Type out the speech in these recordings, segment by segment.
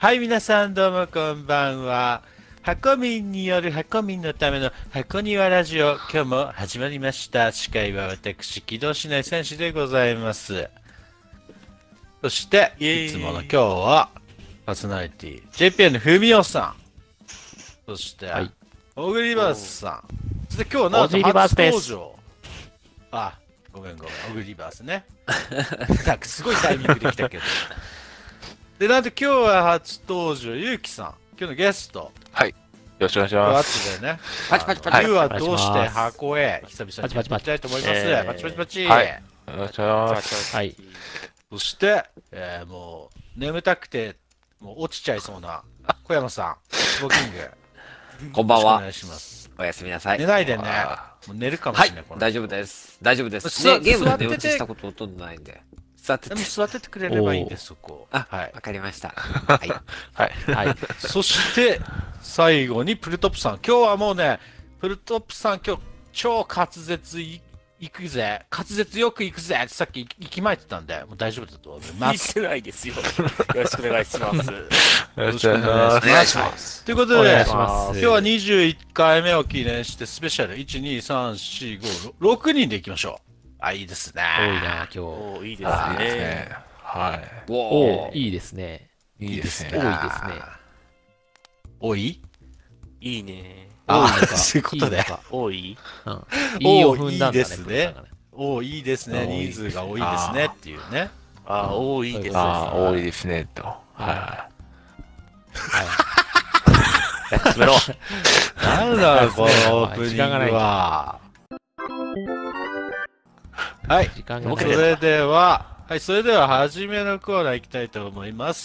はい、皆さんどうもこんばんは。箱民による箱民のための箱庭ラジオ、今日も始まりました。司会は私、機動しない戦士でございます。そして、いつもの今日は、パーソナリティ、JPN ふみおさん。そして、はい、オグリバースさん。そして今日なんと初登場。あ、ごめん、オグリバースね。なんかすごいタイミングで来たけど。で、なんと今日は初登場、ゆうきさん。今日のゲスト。 はい。よろしくお願いします。 後でね。 パチパチパチ。 ゆうはどうして箱へ久々に行きたいと思います。パチパチパチ。 はい。お願いします。 はい。 そして、もう、眠たくて、もう落ちちゃいそうな、小山さん、スモーキング。 こんばんは。 お願いします。 おやすみなさい。 寝ないでね。もう寝るかもしれない。 はい。大丈夫です。大丈夫です。ね、ゲームで寝落ちしたことほとんどないんで。 座っててくれればいいんです、そこ。 あ、はい。わかりました。はい。 はい。 そして、最後にプルトップさん。今日はもうね、プルトップさん、今日、超滑舌行くぜ。滑舌よく行くぜってさっき行きまいてたんで、もう大丈夫だと思います。 聞いてないですよ。よろしくお願いします。 よろしくお願いします。ということで、今日は21回目を記念して、スペシャル、1、2、3、4、5、6人で行きましょう。あ、いいですね。 多いな、今日。いいですね。 はい。 おいいですね。 いいですね。 多いですね。 多い？ いいね。 ああ、そういうことで。 多い？ いいを踏んだんだね。 いいですね。いいですね。人数が多いですねっていうね。 ああ、多いですね。 多いですね、と。はい。 詰めろ。 なんだ、このオープニングは。はい。それでは、初めのコーナー行きたいと思います。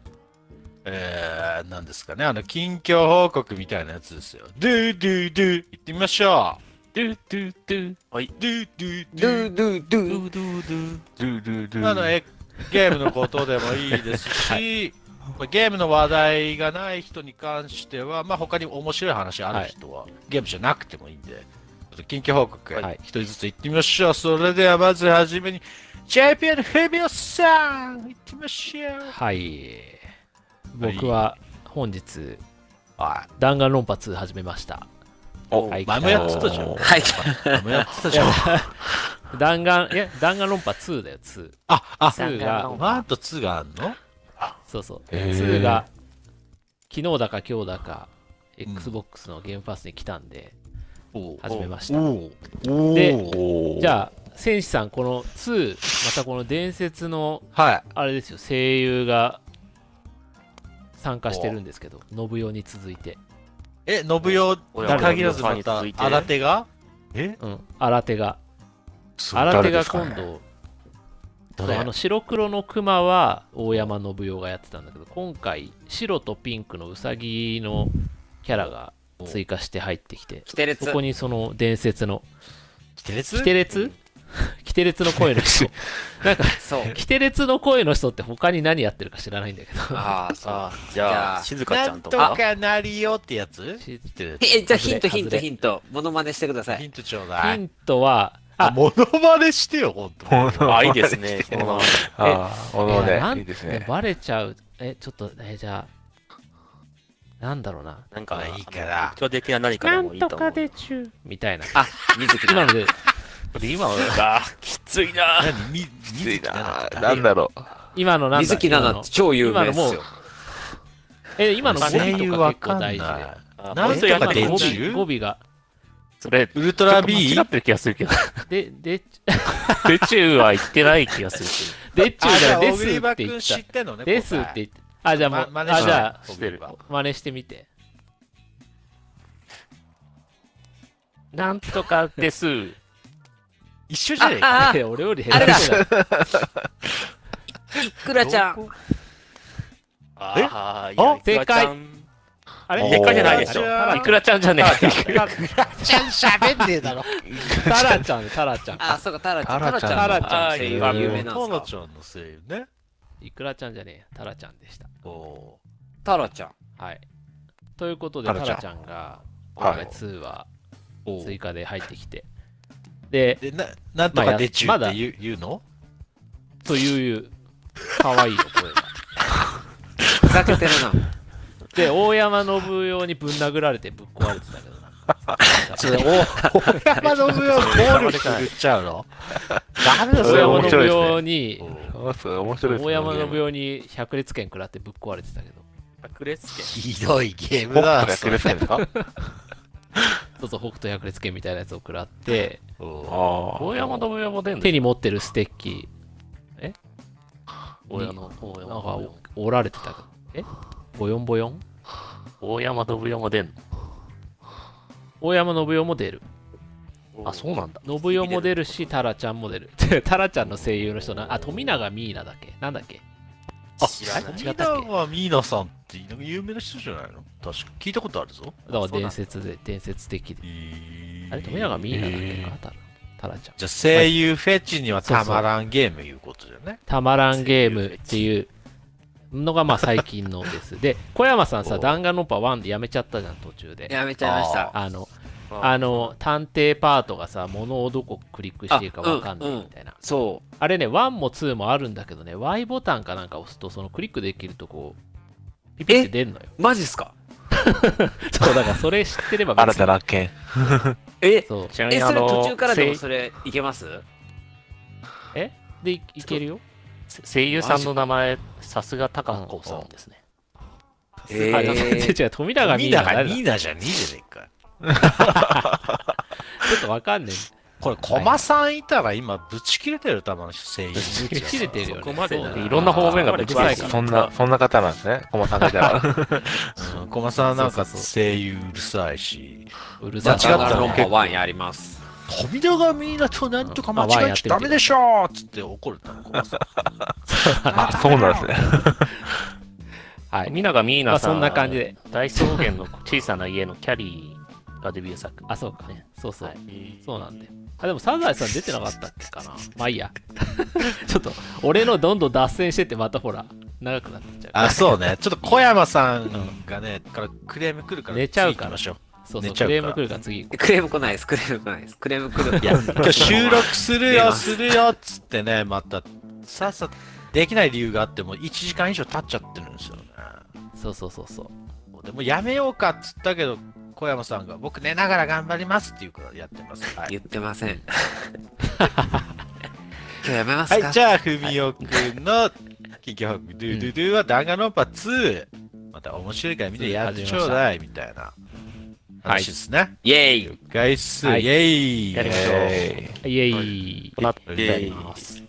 何ですかね、近況報告みたいなやつですよ。ドゥドゥドゥ、行ってみましょう。 ドゥドゥドゥ。はい。 ドゥドゥドゥ。 ドゥドゥドゥ。 ゲームのことでもいいですし、ゲームの話題がない人に関しては、まあ他に面白い話ある人は、ゲームじゃなくてもいいんで、近況報告、一人ずつ行ってみましょう。それではまずはじめに、JPN フェビオさん、行ってみましょう。 はい。僕は本日、弾丸論破2始めました。 前もやってたじゃん。 はい。 前もやってたじゃん。 弾丸論破2だよ、2。2が、 1と2があるの？ そうそう。2が、昨日だか今日だか、Xbox のゲームパスに来たんで、始めました。で、じゃあ、戦士さん、この2、またこの伝説の、あれですよ、声優が参加してるんですけど、信代に続いて。 信代に限らずまた、新手が？ うん、新手が。新手が今度、白黒のクマは大山信代がやってたんだけど、今回、白とピンクのウサギのキャラが追加して入ってきて、そこにその伝説の、キテレツの声の人。なんか、キテレツの声の人って他に何やってるか知らないんだけど。 ああ、そう。じゃあ、静香ちゃんとか。 なんとかなりよってやつ？ じゃあヒント。モノマネしてください。 ヒントちょうだい。 ヒントは、 モノマネしてよ、ほんと。 あ、いいですね。 モノマネ。いいですね。 バレちゃう。ちょっと、じゃあ、なんだろうな。 なんか、 いいから。 特徴的な何かでもいいと思う。 なんとかでちゅう。みたいな。 水木今ので。 今のが、きついな。 水木なんだろう。 今のなんだ。 水木奈々って超有名ですよ。 今の声優わかんない。なんとかでちゅう？ 語尾が。 それ、 ウルトラ B？ 間違ってる気がするけど。 でちゅうは言ってない気がするけど。でちゅうじゃですって言った。 ですって言って。じゃあもう、じゃあ、真似してみて。 なんとかです。 一緒じゃねえか。 俺より下手だ。 いくらちゃん。 正解。 あれでっかいじゃないでしょ。 いくらちゃんじゃねえ。 いくらちゃん喋んねえだろ。 タラちゃん。 あ、そうか、タラちゃん。 タラちゃん。 有名なんですか。 タラちゃんの声優ね。 いくらちゃんじゃねえ。タラちゃんでした。 タラちゃん。 はい。ということで、タラちゃんが、今回2話追加で入ってきて。で、 なんとかでちゅうって言うの？ という、かわいいよ、声が。 ざけてるな。 で、大山信代にぶん殴られてぶっ壊れてたけどな。 それ、大山信代暴力言っちゃうのダメだ、そ大れ山信面白いですね代に、 それ面白いですね。 大山信代に百裂拳食らってぶっ壊れてたけど。 爆裂剣。 ひどいゲーム僕だがくれてんですか？ そうそう、北斗百裂拳みたいなやつを食らって、 あ大山信代も出んの手に持ってるステッキ、 大山なんか信折られてたけど。ボヨンボヨン代。大山信代も出ん大山信代も出る。 の？あ、そうなんだ。 信代も出るし、タラちゃんも出る。タラちゃんの声優の人な、富永ミーナだっけなんだっけ知らない。 違ミったっけーナはミーナさんってなんか有名な人じゃないの？確か聞いたことあるぞ。 だから伝説的で。あれ、富永ミーナだっけなタラちゃん。 じゃあ声優フェチにはたまらんゲームいうことじゃね。 たまらんゲームっていうのがまあ最近のです。で、小山さんさ、弾丸論破1でやめちゃったじゃん、途中で。 やめちゃいました。 探偵パートがさ、物をどこクリックしていいかわかんないみたいな。 そあれね、1も2もあるんだけどね、Y ボタンかなんか押すと、そのクリックできるとこう、ピピって出るのよ。 う。マジっすか？ そう、だからそれ知ってればあ。新たな発見。 そう。 ちなみにそれ途中からでも声それいけます？ で、いけるよ。 声優さんの名前、さすが高子さんですね。 えあ、違う、富永ミーナが誰だミーナじゃねえじゃねえか。 ちょっとわかんねこれ、コマさんいたら今、ぶち切れてるたまの声優。 え。ぶち切れてるよね。 そこまでなそうねいろんな方面がぶち切れてる。 そんな方なんですね。コマさんがいたら。 うんコマさんなんかそうそう声優うるさいし、 うるさい。 間違ったら論破1やります。 富永ミーナとなんとか間違えちゃダメでしょーっつって怒るたの、コマさん。 あ、そうなんですね。 はい。 富永ミーナさん、 まあそんな感じで。 大草原の小さな家のキャリーがデビュー作。 あ、そうか。そうそう。 はいそうなんだよ。あ、でもサザエさん出てなかったっけかな。まあいいや。ちょっと、俺のどんどん脱線してってまたほら、長くなっちゃう。 あ、そうね。ちょっと小山さんがね、からクレーム来るから、 寝ちゃうから次行きましょう。 そうそう、 寝ちゃうからクレーム来るから次行こクレーム来ないです。クレーム来ないです。クレーム来る。 いや、今日収録するよ、 出ますするよっつってね、また、さっさとできない理由があっても、1時間以上経っちゃってるんですよね。 う。そうそう。 でもやめようかっつったけど、小山さんが、僕寝ながら頑張りますっていうからやってます。はい。 言ってません。今日やめますか？ はい、じゃあ、ふみおくんの、企業ドゥドゥドゥは弾丸論破2。また面白いからみんなやってちょうだい、みたいな話ですね。 イェイ。 了解っす。 はいイェイやりましょうイェイ。 この後イやります。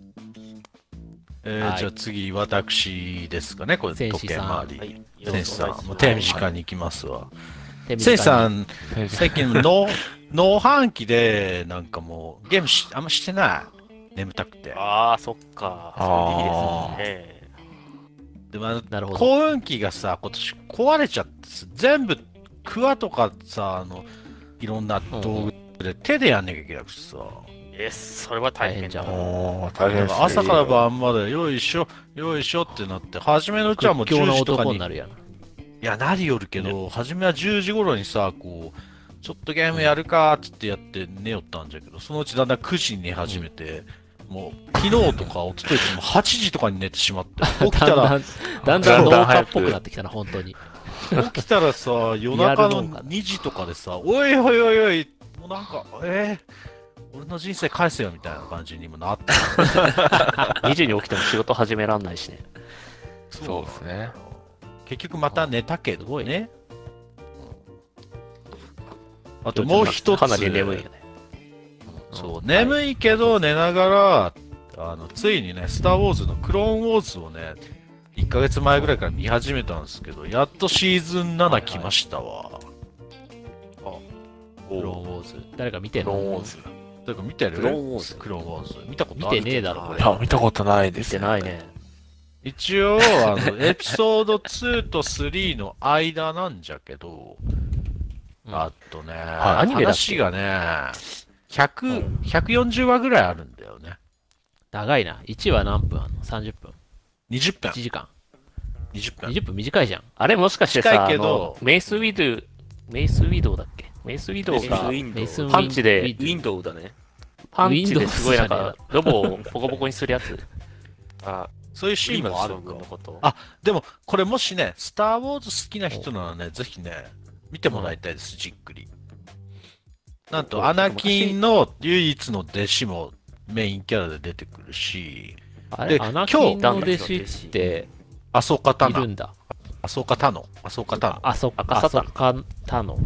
はいじゃあ次、私ですかね、これ、 戦時計士さん回り。 よろ戦士さん、 しくお願いしますもう手短に行きますわ。 手短に戦士さん、最近農飯期で、なんかもう、ゲームあんましてない。眠たくて。 ああ、そっか。 あーそういう時期ですね。 でもなるほど。 幸運期がさ、今年壊れちゃってさ、全部、クワとかさ、いろんな道具で手でやんなきゃいけなくてさ。 それは大変じゃん。 おー、大変ですね。 朝から晩まで、よいしょ、よいしょってなって、初めのうちはもう屈強な 10時とかに男になるやん。 いや、なりよるけど、初めは10時頃にさ、こう、ちょっとゲームやるかーってやって寝よったんじゃけど、そのうちだんだん9時に寝始めて、もう、昨日とか一昨日とかも8時とかに寝てしまって、起きたら、 だんだん農家っぽくなってきたな、本当に。 起きたらさ、夜中の2時とかでさ、おいおいおいおい、もうなんか、俺の人生返せよみたいな感じにもなって。 2時に起きても仕事始めらんないしね。 そうですね。 結局また寝たけすごいどね。あともう一つ。 かなり眠いよね。 そう、眠いけど寝ながら、ついにね、スター・ウォーズのクローン・ウォーズをね、1ヶ月前ぐらいから見始めたんですけど、やっとシーズン7来ましたわ。 クローンウォーズ。誰か見てんのローンウォーズ。 だから見てるクローンウォーズクローン・ウォーズ。見たこと見あるてねえだろ、これ。 いや、見たことないで見す。 てないね。 一応、エピソード2と3の間なんじゃけど、あとね、 アニメだっけ話がね、140話ぐらいあるんだよね。 長いな。1話何分あんの ?30 分。 20分 1。時間。 20分。 20分短いじゃん。 あれもしかして近さ、 いけどメイスウィドウだっけメイスウィドウがウィンドメイスウ。 パンチでウィウィンドウだね。 パンチですごいなん Windows じゃねか、ロボをボコボコにするやつ。 あ、 そういうシーンもある将軍のか。 こと。 あでも、これもしね、スター・ウォーズ好きな人ならね、ぜひね、見てもらいたいです、じっくり。なんと、アナキンの唯一の弟子もメインキャラで出てくるし、でアナキンの弟子ってアソカタナ、 いるんだ。 アソカタノ、アソカタノ。 あそっか、 赤サタンタの。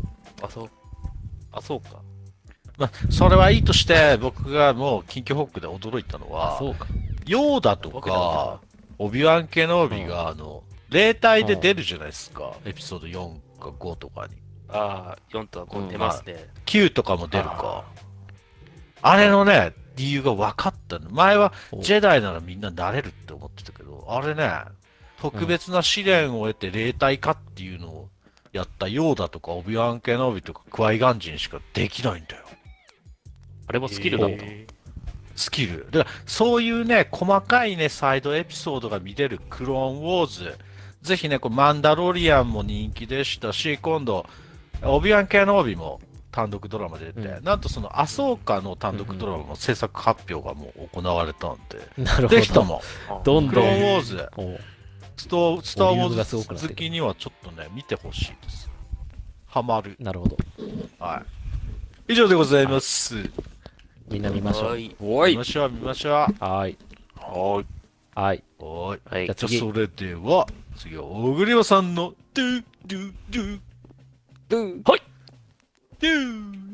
そうか。 まあ、それはいいとして、僕がもう緊急報告で驚いたのは、 そうか。 ヨーダとか、オビワン・ケノービが、霊体で出るじゃないですか。エピソード4か5とかに。 ああ、4とは5出ますね。 9とかも出るか。あれのね、理由が分かったの。前は、ジェダイならみんななれるって思ってたけど、あれね、特別な試練を得て霊体化っていうのをやったヨーダとかオビワン・ケノービとかクワイガンジンしかできないんだよ。 あれもスキルだった。 スキル。だから、そういうね、細かいね、サイドエピソードが見れるクローンウォーズ。ぜひね、これマンダロリアンも人気でしたし、今度、オビワン・ケノービも単独ドラマで出て、なんとそのアソーカの単独ドラマも制作発表がもう行われたんで、 なるほど。 ぜひとも、 どんどんクローンウォーズ、 おうスター・ウォボリュームがすごーズくなってる好きにはちょっとね、見てほしいです。ハマる。 なるほど。 はい。以上でございます。 みんな見ましょう。 はい。 見ましょう、見ましょう。 はい。 はい。 はい。 はい。 はいじゃあ。 じゃあ、 次。 それでは、次は、小栗山さんの、ドゥ、ドゥ、ドゥ、 ドゥドゥ。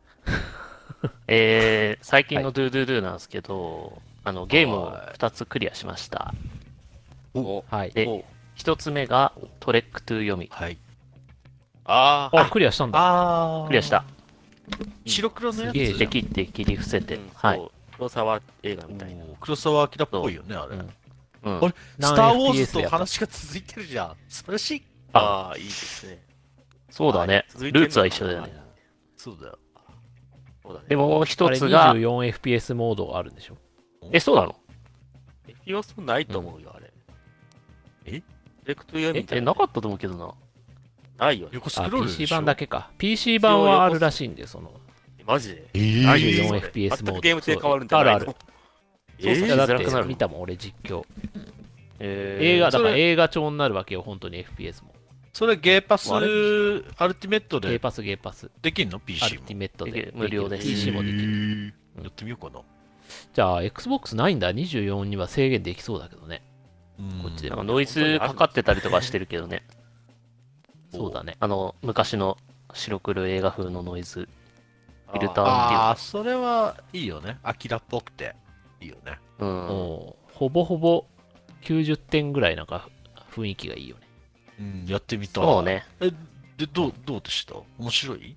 最近のドゥドゥドゥなんですけど、ゲームを2つクリアしました。 はい。 で、1つ目がトレックトゥ読み。 はい。 ああ、クリアしたんだ。 あクリアした。 白黒のやつすげえじゃん。 できって切り伏せて。 うんはい。 そう黒沢映画みたいな。 黒沢明っぽいよね、あれ。 うんうんあれ、 何スター・ウォー FPS ズとやった話が続いてるじゃん。素晴らしい。 ああ、いいですね。 そうだね。 続いてんのルーツは一緒だよね。 そうだよ。 そうだね。 でもうあれ一つが、 24fps モードがあるんでしょ。 そうなの要素ないと思うよ、あれ。 えレクト読みみたいな。 なかったと思うけどな。 ないよ。 あ、 横スクロールでしょ PC 版だけか。PC 版はあるらしいんで、その、 マジでー 24fps モード。 全くゲーム性変わるんじゃないのあるある。 えいやだってづらくなる見たもん、俺実況。 映映画、だからそれ映画調になるわけよ、本当に FPS も。 それゲーパスあれアルティメットでゲーパス、ゲーパス。 できんのア ?PC もルテ。ィメットで。 無料です PC もできる。 やってみようかな。 じゃあ、Xbox ないんだ。24には制限できそうだけどね。こっちでなんかノイズかかってたりとかしてるけどね。 そうだね。 昔の白黒映画風のノイズ。フィルターああ、それはいいよね。アキラっぽくて。いいよね。 うん。 もうほぼほぼ90点ぐらいなんか雰囲気がいいよね。 うん、やってみたい。 そうね。 え、で、どうでした面白い？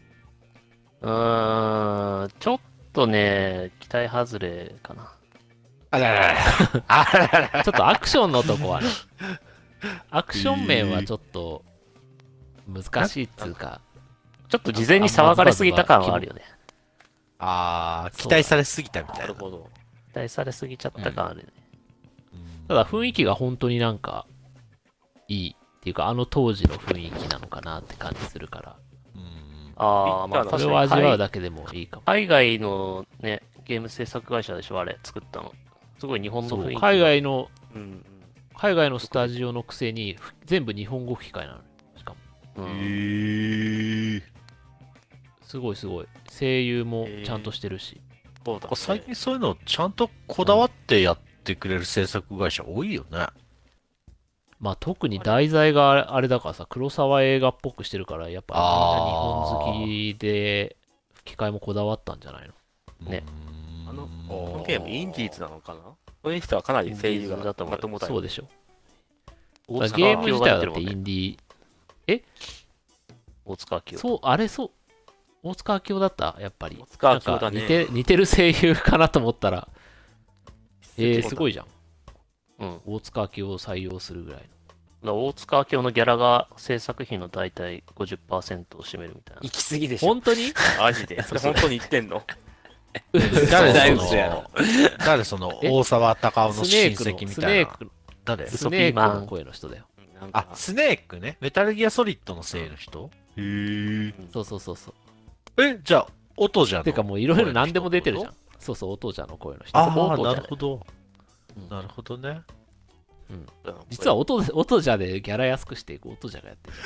ちょっとね、期待外れかな。 あららら。あららら。 ちょっとアクションのとこはね、アクション面はちょっと難しいっつうか、 ちょっと事前に騒がれすぎた感はあるよね。 ああ、期待されすぎたみたな。 ないるほど。 期待されすぎちゃった感あるよね。 ただ雰囲気が本当になんかいいっていうか、あの当時の雰囲気なのかなって感じするから、 ああ、まあそそれ確かにを味わうだけでもいいかも。 海外のね、ゲーム制作会社でしょ、あれ、作ったの。すごい日本のそう雰囲気。 海外のうんスタジオのくせに全部日本語吹き替えなのよ。しかもうんすごいすごい。声優もちゃんとしてるし。 そうだね。 最近そういうのちゃんとこだわってやってくれる制作会社多いよね。 まあ特に題材があれだからさ、黒沢映画っぽくしてるから、やっぱみんな日本好きで吹き替えもこだわったんじゃないの？ ねこのゲームインディーズなのかなそれにしてはかなり声優がインディーズだと思うまともだよ。 そうでしょ。 大塚ゲーム自体はだって明夫が出てるもんねインディー、 大塚明夫。 そう、あれそう、大塚明夫だったやっぱり。 大塚明夫なんかだね。 似てる声優かなと思ったら、 そうだすごいじゃん。 うん。 大塚明夫を採用するぐらいの。 だから大塚明夫のギャラが制作費の大体 50% を占めるみたいな。 行き過ぎでしょ。 本当にマジで。それ本当に言ってんの誰嘘やろ誰そのえ大沢たかおのスネ親戚ークの、 みたいな。 スネーク、 誰スネークの声の人だよ。 なんかあ、スネークね。メタルギアソリッドの声の人へえ。 そうそうそうそう。 え、じゃあ、音じゃん。 てかもういろいろ何でも出てるじゃん。そうそう、お父ちゃんの声の人。 ああ、 音じゃないなるほど。 なるほどね。 実は音じゃでギャラ安くしていく音じゃがやって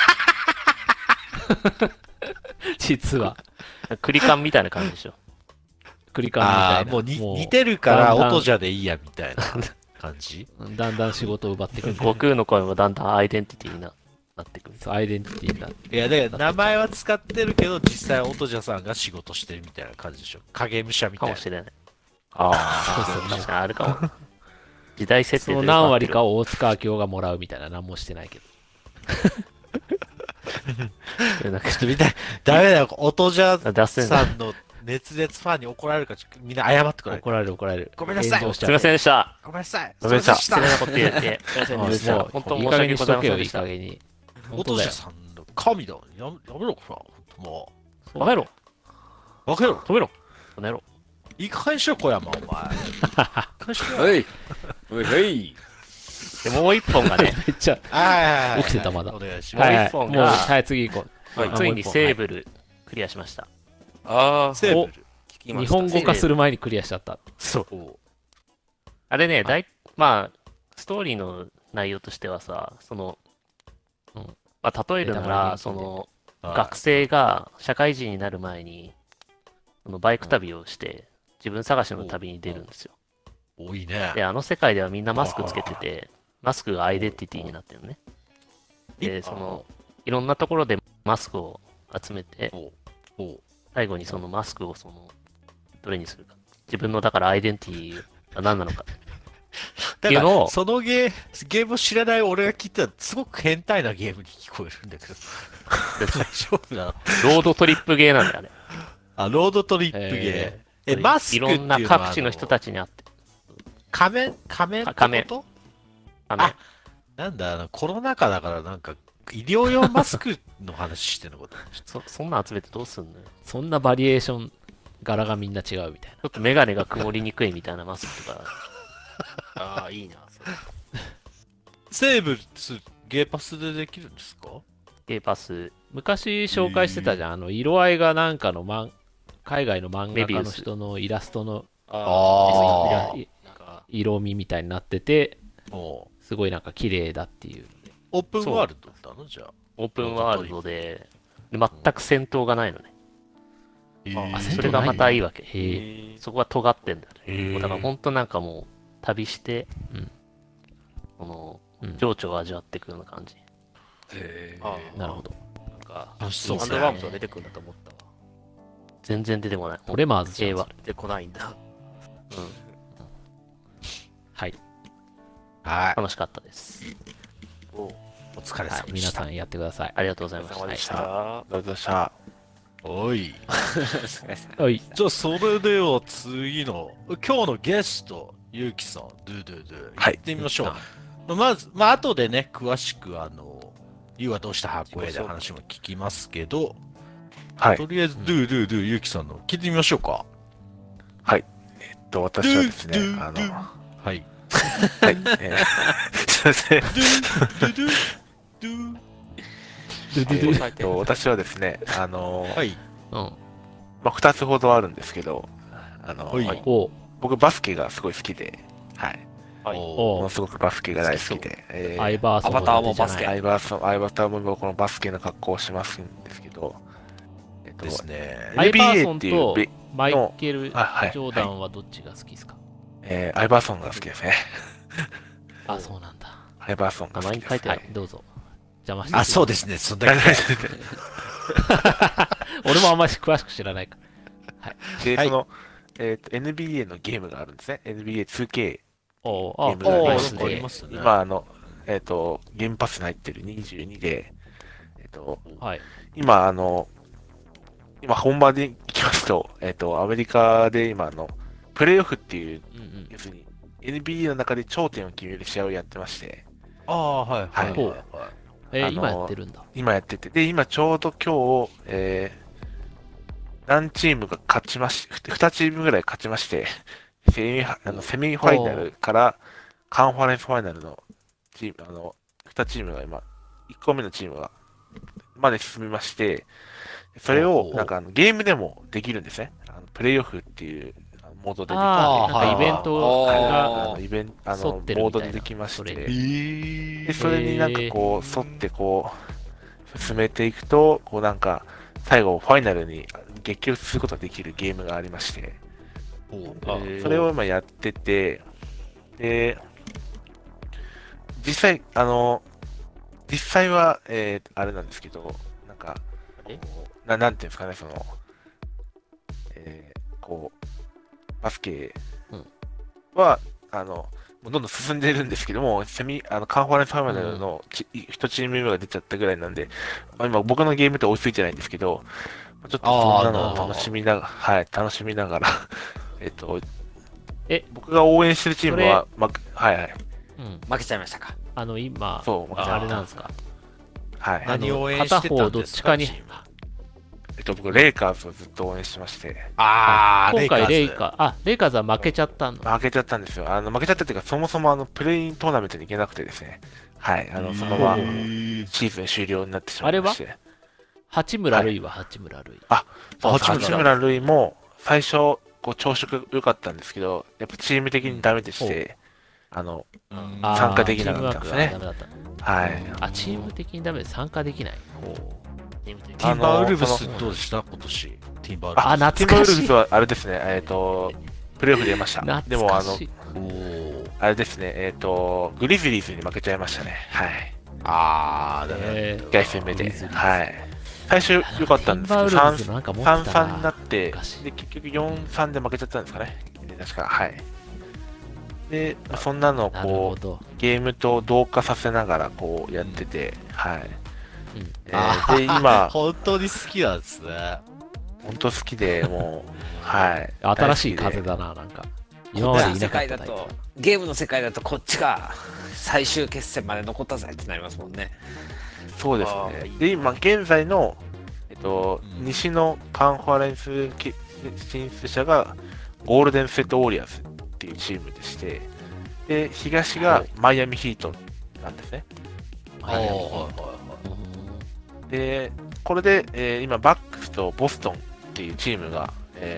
る。実は。 クリカンみたいな感じでしょ。 クリカンみたいな。 ああ、もう似てるからだんだん音じゃでいいやみたいな感じ。 だんだん仕事を奪ってくる。 悟空の声もだんだんアイデンティティになってくる。 そうアイデンティティになって。 いや、だから名前は使ってるけど、実際音じゃさんが仕事してるみたいな感じでしょ。影武者みたいなかも。しれない。 あそうそう確かにあるかも。時代設その定で何割かを大塚明夫がもらうみたいな、何もしてないけど。 なんかちょっと見たい。ダメだよ、音じゃ脱線さんの熱烈ファンに怒られるから、みんな謝ってくれ。 怒られる怒られる。 ごめんなさい炎上しちゃうすいませんでした。 ごめんなさい。 ごめんなさい失礼なこと言って。 すいませんもうでした。 本当いい加減申し訳ございにしとけよ、いいませんでした。 加減に。本音当だよ。 じゃさんの神だ。やめろ、ほら。もバカ野郎。 う。分けろ。 止めろ。この野郎。 いい加減にしろ、小山、お前。いい加減にしろよ。 はい。はい。 で、もう一本がね、 めっちゃ。 はい。 起きてたまだお願いします。 はいはい。 もう一本もう、 がはい、次行こう。 ついにセーブルクリアしました。 ああ、 セーブル。 日聞きました。 本語化する前にクリアしちゃった。 そう。あれね、まあ、ストーリーの内容としてはさ、まあ、例えるなら、学生が社会人になる前に、バイク旅をして、自分探しの旅に出るんですよ。 多いね。 で、あの世界ではみんなマスクつけてて、マスクがアイデンティティになってるのね。で、いろんなところでマスクを集めて、最後にそのマスクをどれにするか。自分のだからアイデンティティは何なのか。 だかっていうのをら、そのゲームを知らない俺が聞いたら、すごく変態なゲームに聞こえるんだけど。大丈夫なの？ ロードトリップゲーなんだよね。 あ、ロードトリップゲー。マスクっていうのはいろんな各地の人たちに会って。 仮面ってこと？ 仮面あなんだ、コロナ禍だからなんか、医療用マスクの話してるのこと。 そんなん集めてどうすんのよ。 そんなバリエーション、柄がみんな違うみたいな。 ちょっとメガネが曇りにくいみたいなマスクとか。 ああ、いいな。 セーブス、ゲーパスでできるんですか？ ゲーパス、 昔紹介してたじゃん。色合いがなんかの海外の漫画家の人のイラストのあー色味みたいになってて、 おすごいなんか綺麗だっていうので。 オープンワールドだのじゃあ。 オープンワールドで、全く戦闘がないのね。 あそれがまたいいわけ。 へえ。 そこが尖ってんだよね。 へーもうだから本当なんかもう、旅して、情緒を味わっていくような感じ。 なるほど。 なんか、 楽しそうハンドワームとか出てくるんだと思ったわ。 全然出てこない。 トレマーズじゃん平和。 出てこないんだ。 はい。 はい。 楽しかったです。 お疲れはい様。でした。 皆さんやってください。 ありがとうございました。 お疲れ様でした。 ありがとうございました。 おい。 はい。 じゃあ、それでは次の、今日のゲスト、ゆうきさん、ドゥドゥドゥ、 はい行ってみましょう。まず、後でね、詳しく、ゆうはどうした箱絵で話も聞きますけど、 はい。 とりあえず、ドゥドゥドゥ、ゆうきさんの聞いてみましょうか。 私はですね、 はい。 はい、すいません。 ドゥドゥドゥドゥ。 私はですね、 はい。 2つほどあるんですけど、 はいお僕バスケがすごい好きで、はい。 はい。 おものすごくバスケが大好きで、 アイバーソンアバターもバスケじゃないアイバターもこのバスケの格好をしますんですけど、 ですね。 アイバーソ NBA ンっていうとマイケル・ジあはいョーダンはどっちが好きですか？ アイバーソンが好きですね。 あ、そうなんだ。 アイバーソンが名前好きです。 はに書いてある。 い、どうぞ。邪魔して。 あ、そうですね。そんだけ。 俺もあんまり詳しく知らないから。 で、 はい NBA のゲームがあるんですね。NBA2K。 おうあ、 ゲームがありあますありますね。 今、ゲームパスに入ってる22で、 はい。 今、今本場で行きますと、アメリカで今、プレイオフっていう、 うんうん。 要するに、NBA の中で頂点を決める試合をやってまして、 ああ、はい。はい。 ほうはい今やってるんだ。 今やってて、で、今ちょうど今日、何チームが勝ちまし、2チームぐらい勝ちまして、セミファイナルからカンファレンスファイナルのチーム、2チームが今、1個目のチームが、まで進みまして、それを、なんかゲームでもできるんですね。プレイオフっていうモードでできて、 ああ、なんかイベンはいトはいがイベント、 沿ってるみたいなボードでできましそれて、 ーで、それになんかこう、沿ってこう、進めていくと、こうなんか、最後、ファイナルに激突することができるゲームがありまして、それを今やってて、で、実際、実際は、あれなんですけど、なんか、なんていうんですかね、その、こう、バスケは、もうどんどん進んでるんですけども、カンファレンスファイナルの1チーム目が出ちゃったぐらいなんで、今僕のゲームって追いついてないんですけど、ちょっとそんなのを楽しみながら、はい、楽しみながら、僕が応援してるチームは、はいはい。 負けちゃいましたか。 今、 そうあれなんですか。 はい。 何を応援してたんですか？ 片方どっちかにチーム僕、レイカーズをずっと応援してまして、 今回レイーカー、レイカーズは負けちゃったの。 負けちゃったんですよ。負けちゃったっていうか、そもそもプレイントーナメントに行けなくてですね、はい、そのままシーズン終了になってしまいまして。 八村塁は八村塁。 八村塁も最初、こう調子が良かったんですけど、やっぱチーム的にダメでして、参加できなかったんですね。はい。 チーム的にダメで参加できない。 ティンバーウルブスどうでした今年？ティンバーウルブス。 懐ティンバーウかしい。 ルブスはあれですね、プレーオフ出ました。でも、 懐かしい。 あれですね、グリズリーズに負けちゃいましたね。はい。1回戦目で。はい。最初良かったんですけど、3-3になって、で、結局4-3で負けちゃったんですかね。確か、はい。で、そんなのをこう、ゲームと同化させながらこうやってて、はい。で、今、 本当に好きなんですね。 本当好きで、もう、はい。 新しい風だな、なんか。今までいなかったタイプ。 ゲームの世界だとこっちが最終決戦まで残ったぜってなりますもんね。 そうですね。で、今、現在の、西のカンファレンス進出者が、ゴールデン・ステート・ウォリアーズっていうチームでして、で、東がマイアミ・ヒートなんですね。で、これで、今、バックスとボストンっていうチームが、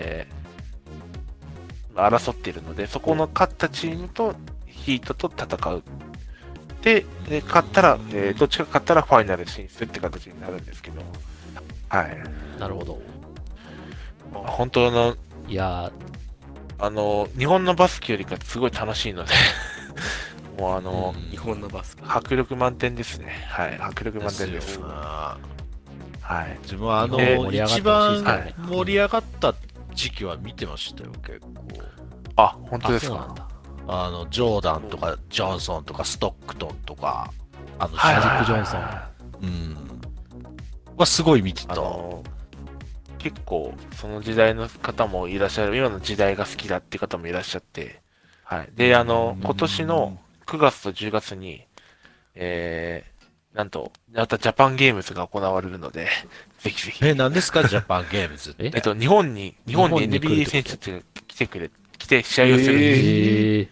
争っているので、そこの勝ったチームとヒートと戦う。で、勝ったら、どっちが勝ったらファイナル進出って形になるんですけど、はい。 なるほど。 本当の、 いや日本のバスケよりかすごい楽しいので、もう日本のバスケ。 迫力満点ですね。はい、迫力満点です。 はい。自分は一番盛り上がった時期は見てましたよ、結構。 あ、本当ですか。 ジョーダンとか、ジョンソンとか、ストックトンとか、 マジック・ジョンソン。 はすごい見てた。 結構、その時代の方もいらっしゃる、今の時代が好きだっていう方もいらっしゃって、はい。で、今年の9月と10月に、なんと、またジャパンゲームズが行われるので、ぜひぜひ。 何ですか、ジャパンゲームズって。 日本に NBA 選手って来て試合をするんです。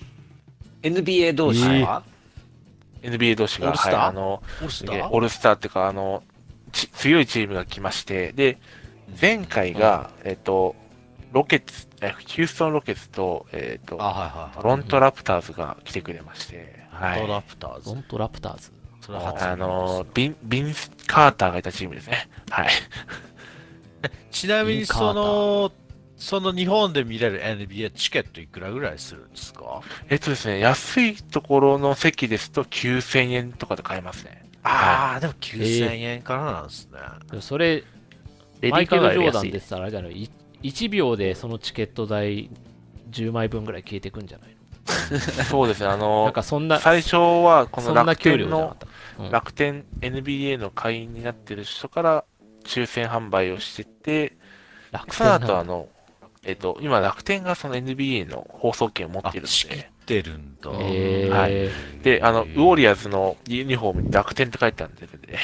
NBA 同士は NBA 同士が、 オールスターオールスターっていうか、強いチームが来まして、で、前回が、ロケッツ、ヒューストンロケッツと、トロントラプターズが来てくれまして、 トロントラプターズ。 トロントラプターズ。 それは初ビンス・カーターがいたチームですね。はい。 ちなみにその日本で見れる NBA チケットいくらぐらいするんですか？ ですね、安いところの席ですと9000円とかで買えますね。 でも9000円からなんですね。 でもそれ、マイケル・ジョーダンでしたらあれじゃない、1秒でそのチケット代10枚分ぐらい消えてくんじゃないの？ そうですね、 なんかそんな、 最初はこの楽天の、 楽天 NBA の会員になってる人から抽選販売をしてて、その後今楽天がその NBA の放送権を持っているので。 仕切ってるんだ。 はい。で、ウォーリアーズのユニフォームに楽天って書いてあるんで、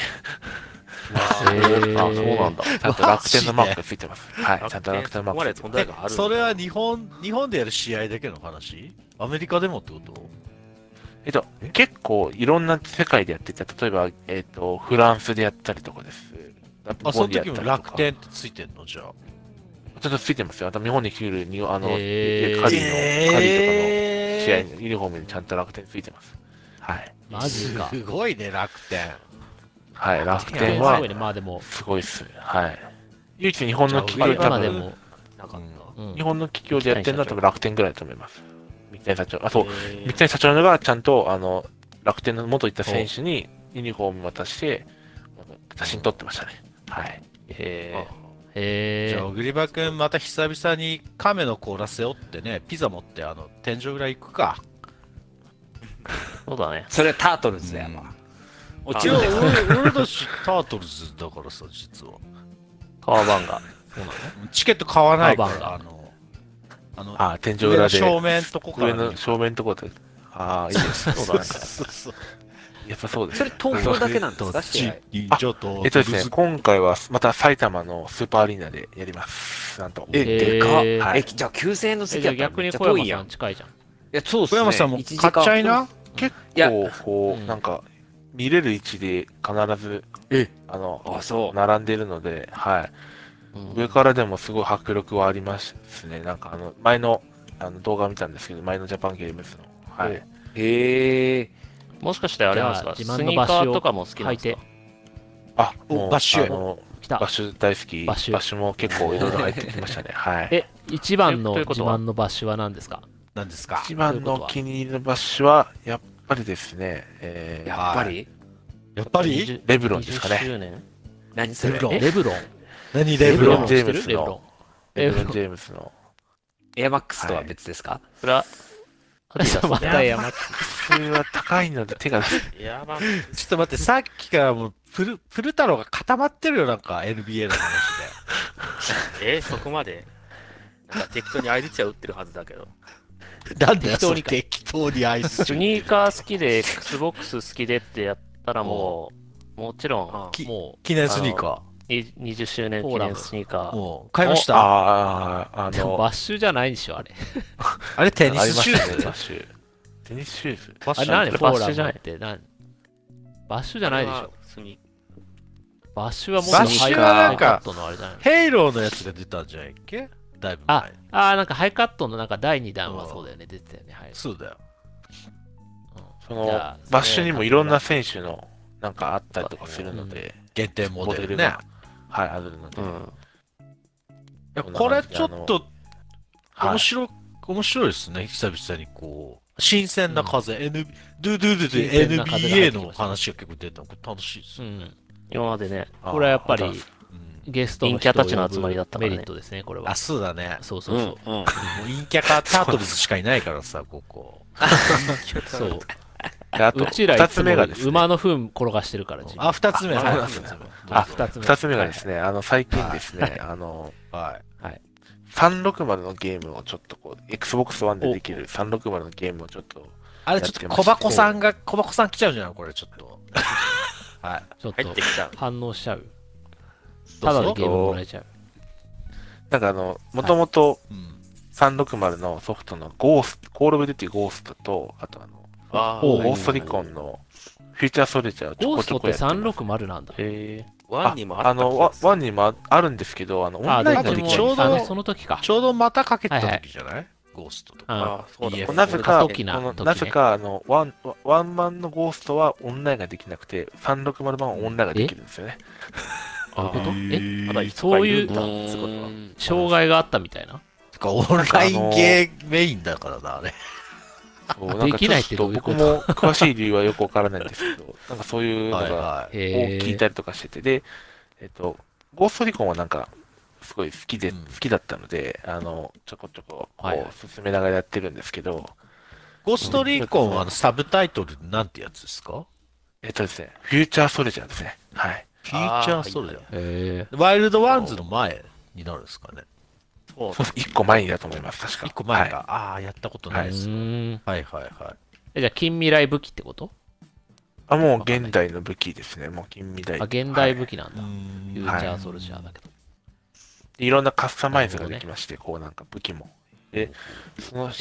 そうなんだ。ちゃんと楽天のマークがついてます。はい。ちゃんと楽天のマークがついてます。 それは日本でやる試合だけの話？アメリカでもってこと？ 結構いろんな世界でやってた。例えば、フランスでやったりとかです。 その時も楽天ってついてんのじゃあ。 ちゃんとついてますよ。あと日本に来るに、カリーの、 へーカリーとかの試合にユニフォームにちゃんと楽天ついてます。はい。 マジか。 すごいね、楽天。 はい、楽天すはごいね。まあでも、 すごいっす。はい。唯一日本の企業で多分、 まあでも、 なかっうん日本の企業でやってるのは多分楽天ぐらいだと思います。三谷社長。あ、 た。 そう。三谷社長のがちゃんと、楽天の元いた選手にユニフォーム渡して、写真撮ってましたね。はい。 へじえゃあ、小栗場くん、また久々に亀の甲羅背負ってね、ピザ持って、天井裏行くか。 そうだね。 それタートルズだよ、まあ。落ちいや、 るね。 俺たちタートルズだからさ、実は。 川番が。 チケット買わないかあら、 天井上の裏で、 正面とこから見る上の正面のとこで、いいです。 そうだね。 そうそう。 やっぱそうです。 それ東京だけなんですか試合。 ちょっと、 ですね、今回はまた埼玉のスーパーアリーナでやります。なんと。 でかっ。 はいじゃあ9000円の席じゃあやったらめっちゃ逆に小山さ遠いやん。いん近いじゃん。 や、そうっすね。 小山さんも 1時買っ間ちゃいな。 結いや構、こう、 うんなんか、見れる位置で必ず、 あ、そう。 並んでるので、はい。上からでもすごい迫力はありますね。なんか前の動画見たんですけど、前のジャパンゲームズの。はい。 へえ。 もしかしてあれなんですか、 じゃあスニーカーとかも好きなんですか？ おバッシュ来たバッシュ大好き。 バッシュも結構いろいろ入ってきましたね。はい。 え、一番のということは自慢のバッシュは何ですか？ 何ですか？ 一番のお気に入りのバッシュは、やっぱりですね、 やっぱりやっぱりレブロンですかね。 20周年何それレブロンレブロン。 何レブロンジェームス知ってるの、 レブロン。 レブロン・ジェームスの。 エアマックスとは別ですかそれは、アディダスまた山木。 それは高いので手が、 やば。 ちょっと待って、さっきからもう、プル太郎が固まってるよ、なんか NBA の話そこまでなんか適当に相槌は打ってるはずだけど。 で。なんで適当にか適当にアイススニーカー好きで、Xbox 好きでってやったらもちろん、 きも記念スニーカ 20周年記念スニーカー。 ー。 もう、買いました。 あう、でもバッシュじゃないでしょ、あれ。 あれ、テニありスシューズましたね、バッシュ。テニスシューズ。 バッシュあれ何フォーラムバッシュじゃないって何バッシュじゃないでしょ。 スニバッシュはもっとバッシュはハなんかイカットのあれじゃないのヘイローのやつが出たんじゃないっけだいぶ前に。 なんかハイカットのなんか第2弾はそうだよね、出てたよね。はい。 そうだよ。 そのじゃあバッシュにもいろんな選手のなんかあったりとかするので、 限定モデルね。 が、はい、あるので、 うん。 いやこれちょっとはい面白いですね。久々にこう、新鮮な風、ドゥドゥドゥ新で鮮な風が入っ NBA てきましたの話が結構出たの。これ楽しいですよ。 うん。 今までね、 これはやっぱりあうんゲストの陰キャたちの集まりだったからねメリットですね、これはあ、。そうだね。 そうそうそう。 うん。 もう陰キャかタートルズしかいないからさ、ここ。 そう。 であとうちら 2 いつもつ目がですね、 馬の糞転がしてるから、自分あ、二つ目。 あはいそうなんです二つ目二つ目。 2つ目がですね、最近ですね、 はい。 360のゲームをちょっとこう、Xbox One でできる360のゲームをちょっと、 あれちょっと小箱さん来ちゃうじゃん、これちょっと。はい。 ちょっと入ってきちゃう。 反応しちゃう。 どうぞただでゲームもらえちゃう。 なんかもともとうん 360のソフトのゴースト、コールオブデューティゴーストと、あとあおゴーストリコンのフューチャーソルジャーをちょこちょこゴーストってやってます。 360なんだ。 ワンにもあった気がする。 ワンにもあるんですけど、オンラインができないちょうどその時か。 ちょうどまたかけた時じゃないゴーストとか。 うんあそうだ。 EF なぜか、 過渡期な時ねなぜかワンマンのゴーストはオンラインができなくて、360版はオンラインができるんですよね。 どういうことえまだいつそういういるんだってことは。 障害があったみたいな。 てかオンラインゲーメインだからな、あれ。 そうなんかできないってどういうこと僕も詳しい理由はよくわからないんですけど、なんかそういうのがはいはをへ聞いたりとかしてて、で、ゴーストリコンはなんか、すごい好きだったので、ちょこちょこ、 はいこう、進めながらやってるんですけど、 ゴーストリーコンはサブタイトルなんてやつですか？ ですね、フューチャーソルジャーですね。はい。 フューチャーソルジャへー。ワイルドワンズの前になるんですかね。 そうそう1個前にだと思います、確か。 一個前か。 はいああ、やったことないえ。うです。 ーん。 はいはいはい。 じゃあ、近未来武器ってこともう現代の武器ですね、もう近未来。 現代武器なんだ。 うフんューチャーソルジャーだけど。 いろんなカスタマイズができまして、こうなんか武器も。で、その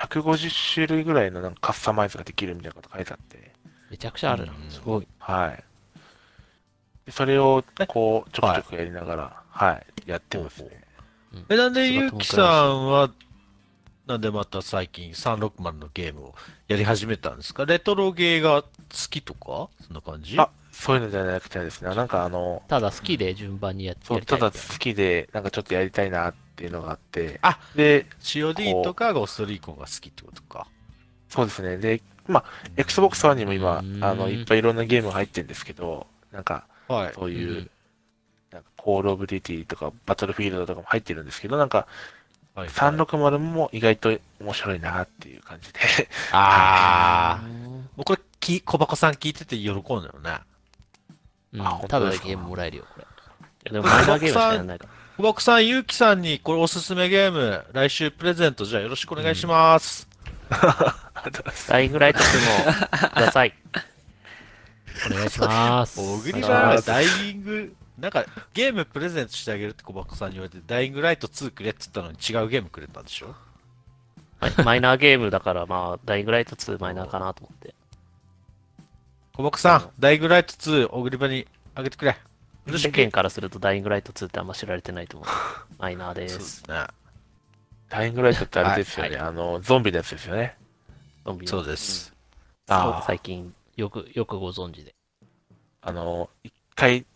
150種類ぐらいのなんかカスタマイズができるみたいなこと書いてあって、 めちゃくちゃあるな。すごい。 はい。でそれをこうちょくちょくやりながら、はい、やってますね。 なんでゆうきさんは、なんでまた最近360のゲームをやり始めたんですか？レトロゲーが好きとかそんな感じ？ あ、そういうのじゃなくてですね、 ただ好きで順番にやそう、 りたい。 ただ好きで、なんかちょっとやりたいなっていうのがあって、 あで、 COD とかゴーストリーコンが好きってことか。 そうですね。で、まあ、Xbox One にも今、 うんいっぱいいろんなゲームが入ってるんですけど、なんか、 はい。 そういう、 うんなんか、コールオブデューティーとか、バトルフィールドとかも入ってるんですけど、なんか、 はい、 360も意外と面白いなっていう感じで。 ああ。もうこれ、小箱さん聞いてて喜んだよね。 うんあ本ただで当ですかゲームもらえるよ、これ。 いやでもマイナーゲームしかやらないから。 小箱さん、ゆうきさんにこれおすすめゲーム、来週プレゼントじゃあよろしくお願いします。 ダイイングライト2もください。 お願いします。 小栗さん、ダイイング、なんかゲームプレゼントしてあげるって小箱さんに言われて、ダイイングライト2くれって言ったのに違うゲームくれたんでしょ？ マイナーゲームだから、まあ、ダイイングライト2マイナーかなと思って。 小箱さん、ダイイングライト2、小栗場にあげてくれ。よろしく。 世間からするとダイイングライト2ってあんま知られてないと思う。マイナーで。 そうですすね。 ダイイングライトってあれですよね。ゾンビのやつですよね。 ゾンビのそうです。 ああ、 最近。 よくご存知で。 一回、違う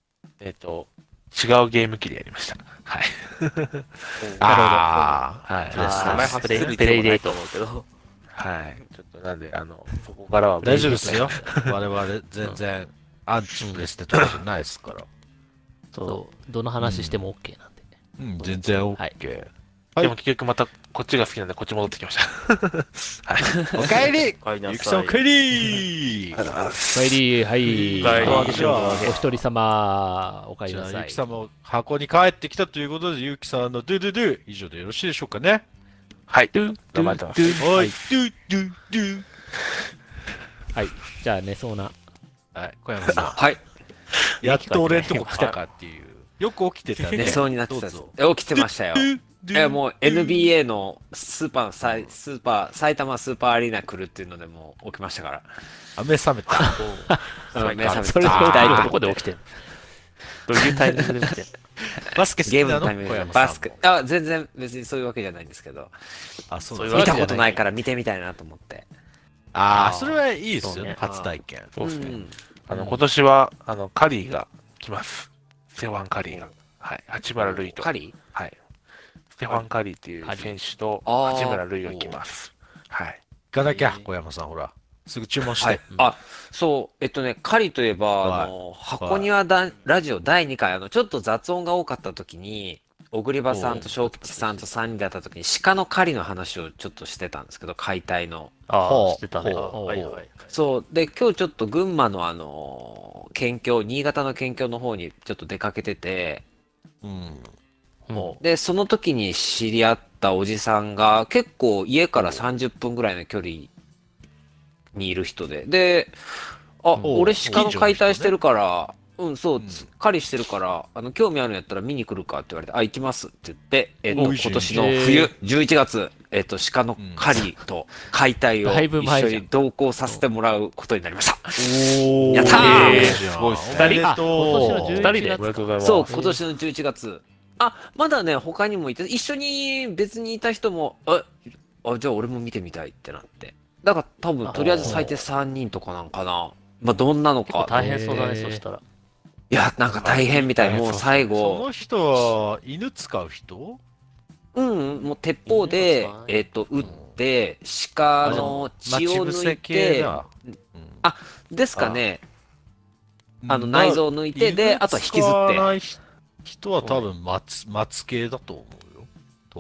ゲーム機でやりました。はい。 ああ。 はい。 あ名前発するプレイデートと思うけど。 はい。ちょっとなんで、そこからは大丈夫ですよ。我々全然アンチプレステとかじゃないですから。 そうどの話しても OK なんで。 うん、全然 OK。 はいでも結局またこっちが好きなんでこっち戻ってきました。はい。 おかえりお帰りなさいゆきさんおかえりありがとうございます。 お帰り、はい。 お帰りお上げしようお一人様、お帰りじゃあ、 なさいゆき。さんも箱に帰ってきたということで、ゆきさんのドゥドゥドゥ以上でよろしいでしょうかね。 はい。頑張ってます。 はい、ドゥドゥドゥ。 はい。じゃあ、寝そうな。 はい、小山さはい。 ん。やっと俺んとこ来たかっていう。よく起きてたね。 寝そうになってたんですどうぞ。 起きてましたよ。もうドゥ NBA の埼玉スーパーアリーナ来るっていうのでもう起きましたから。 あ目覚めた。 目覚めてそれで聞きたいとど思ってこで起きてんのどういうタイミングで起きてんのバスケ好きなのゲームのタイミング小山さんもでバスケ。あ、全然別にそういうわけじゃないんですけど。 あ、そうそういうだ見たことないから見てみたいなと思って。 ああ、それはいいですよねそうね、 初体験。 そうですね。 ん。 今年は、カリーが来ます。ステファン・カリーが。はい。八村塁と。 カリはい。ステファン・カリーっていう選手とあー八村塁が来ます。はい。 行かなきゃ、小山さん、ほら。すぐ注文して。 はい。あ、そう、カリといえば、 はい箱庭ラジオ第2回、ちょっと雑音が多かった時に、小栗場さんと小吉さんと3人だった時に、鹿の狩りの話をちょっとしてたんですけど、解体の。 ああ、 ほうしてたね。 ほうはいはい。 そう。で、今日ちょっと群馬の県境、新潟の県境の方にちょっと出かけてて、 うん。 もで、その時に知り合ったおじさんが、結構家から30分ぐらいの距離にいる人で、で、あ、 お俺鹿の解体してるから、そううん、 狩りしてるから、興味あるんやったら見に来るかって言われて、あ、行きますって言って、 おいいじゃん今年の冬、11月、鹿の狩りと解体をだいぶ一前じゃん緒に同行させてもらうことになりました。 おやったーすごいっすねおめでとう。 あ今年の11 二人で月おめでとうございます。 そう、今年の11月。あ、まだね、他にもいて、一緒に別にいた人も、じゃあ俺も見てみたいってなって。だから多分、とりあえず最低3人とかなんかな。まあ、どんなの結構か。 大変そうだね、そしたら。 いや、なんか大変みたい。もう最そ後、 の人は犬使う人？ もう鉄砲で、撃って、鹿の血を抜いて、あですかね、内臓を抜いて、で、あとは引きずって。 使わない人は多分松系だと思うよ。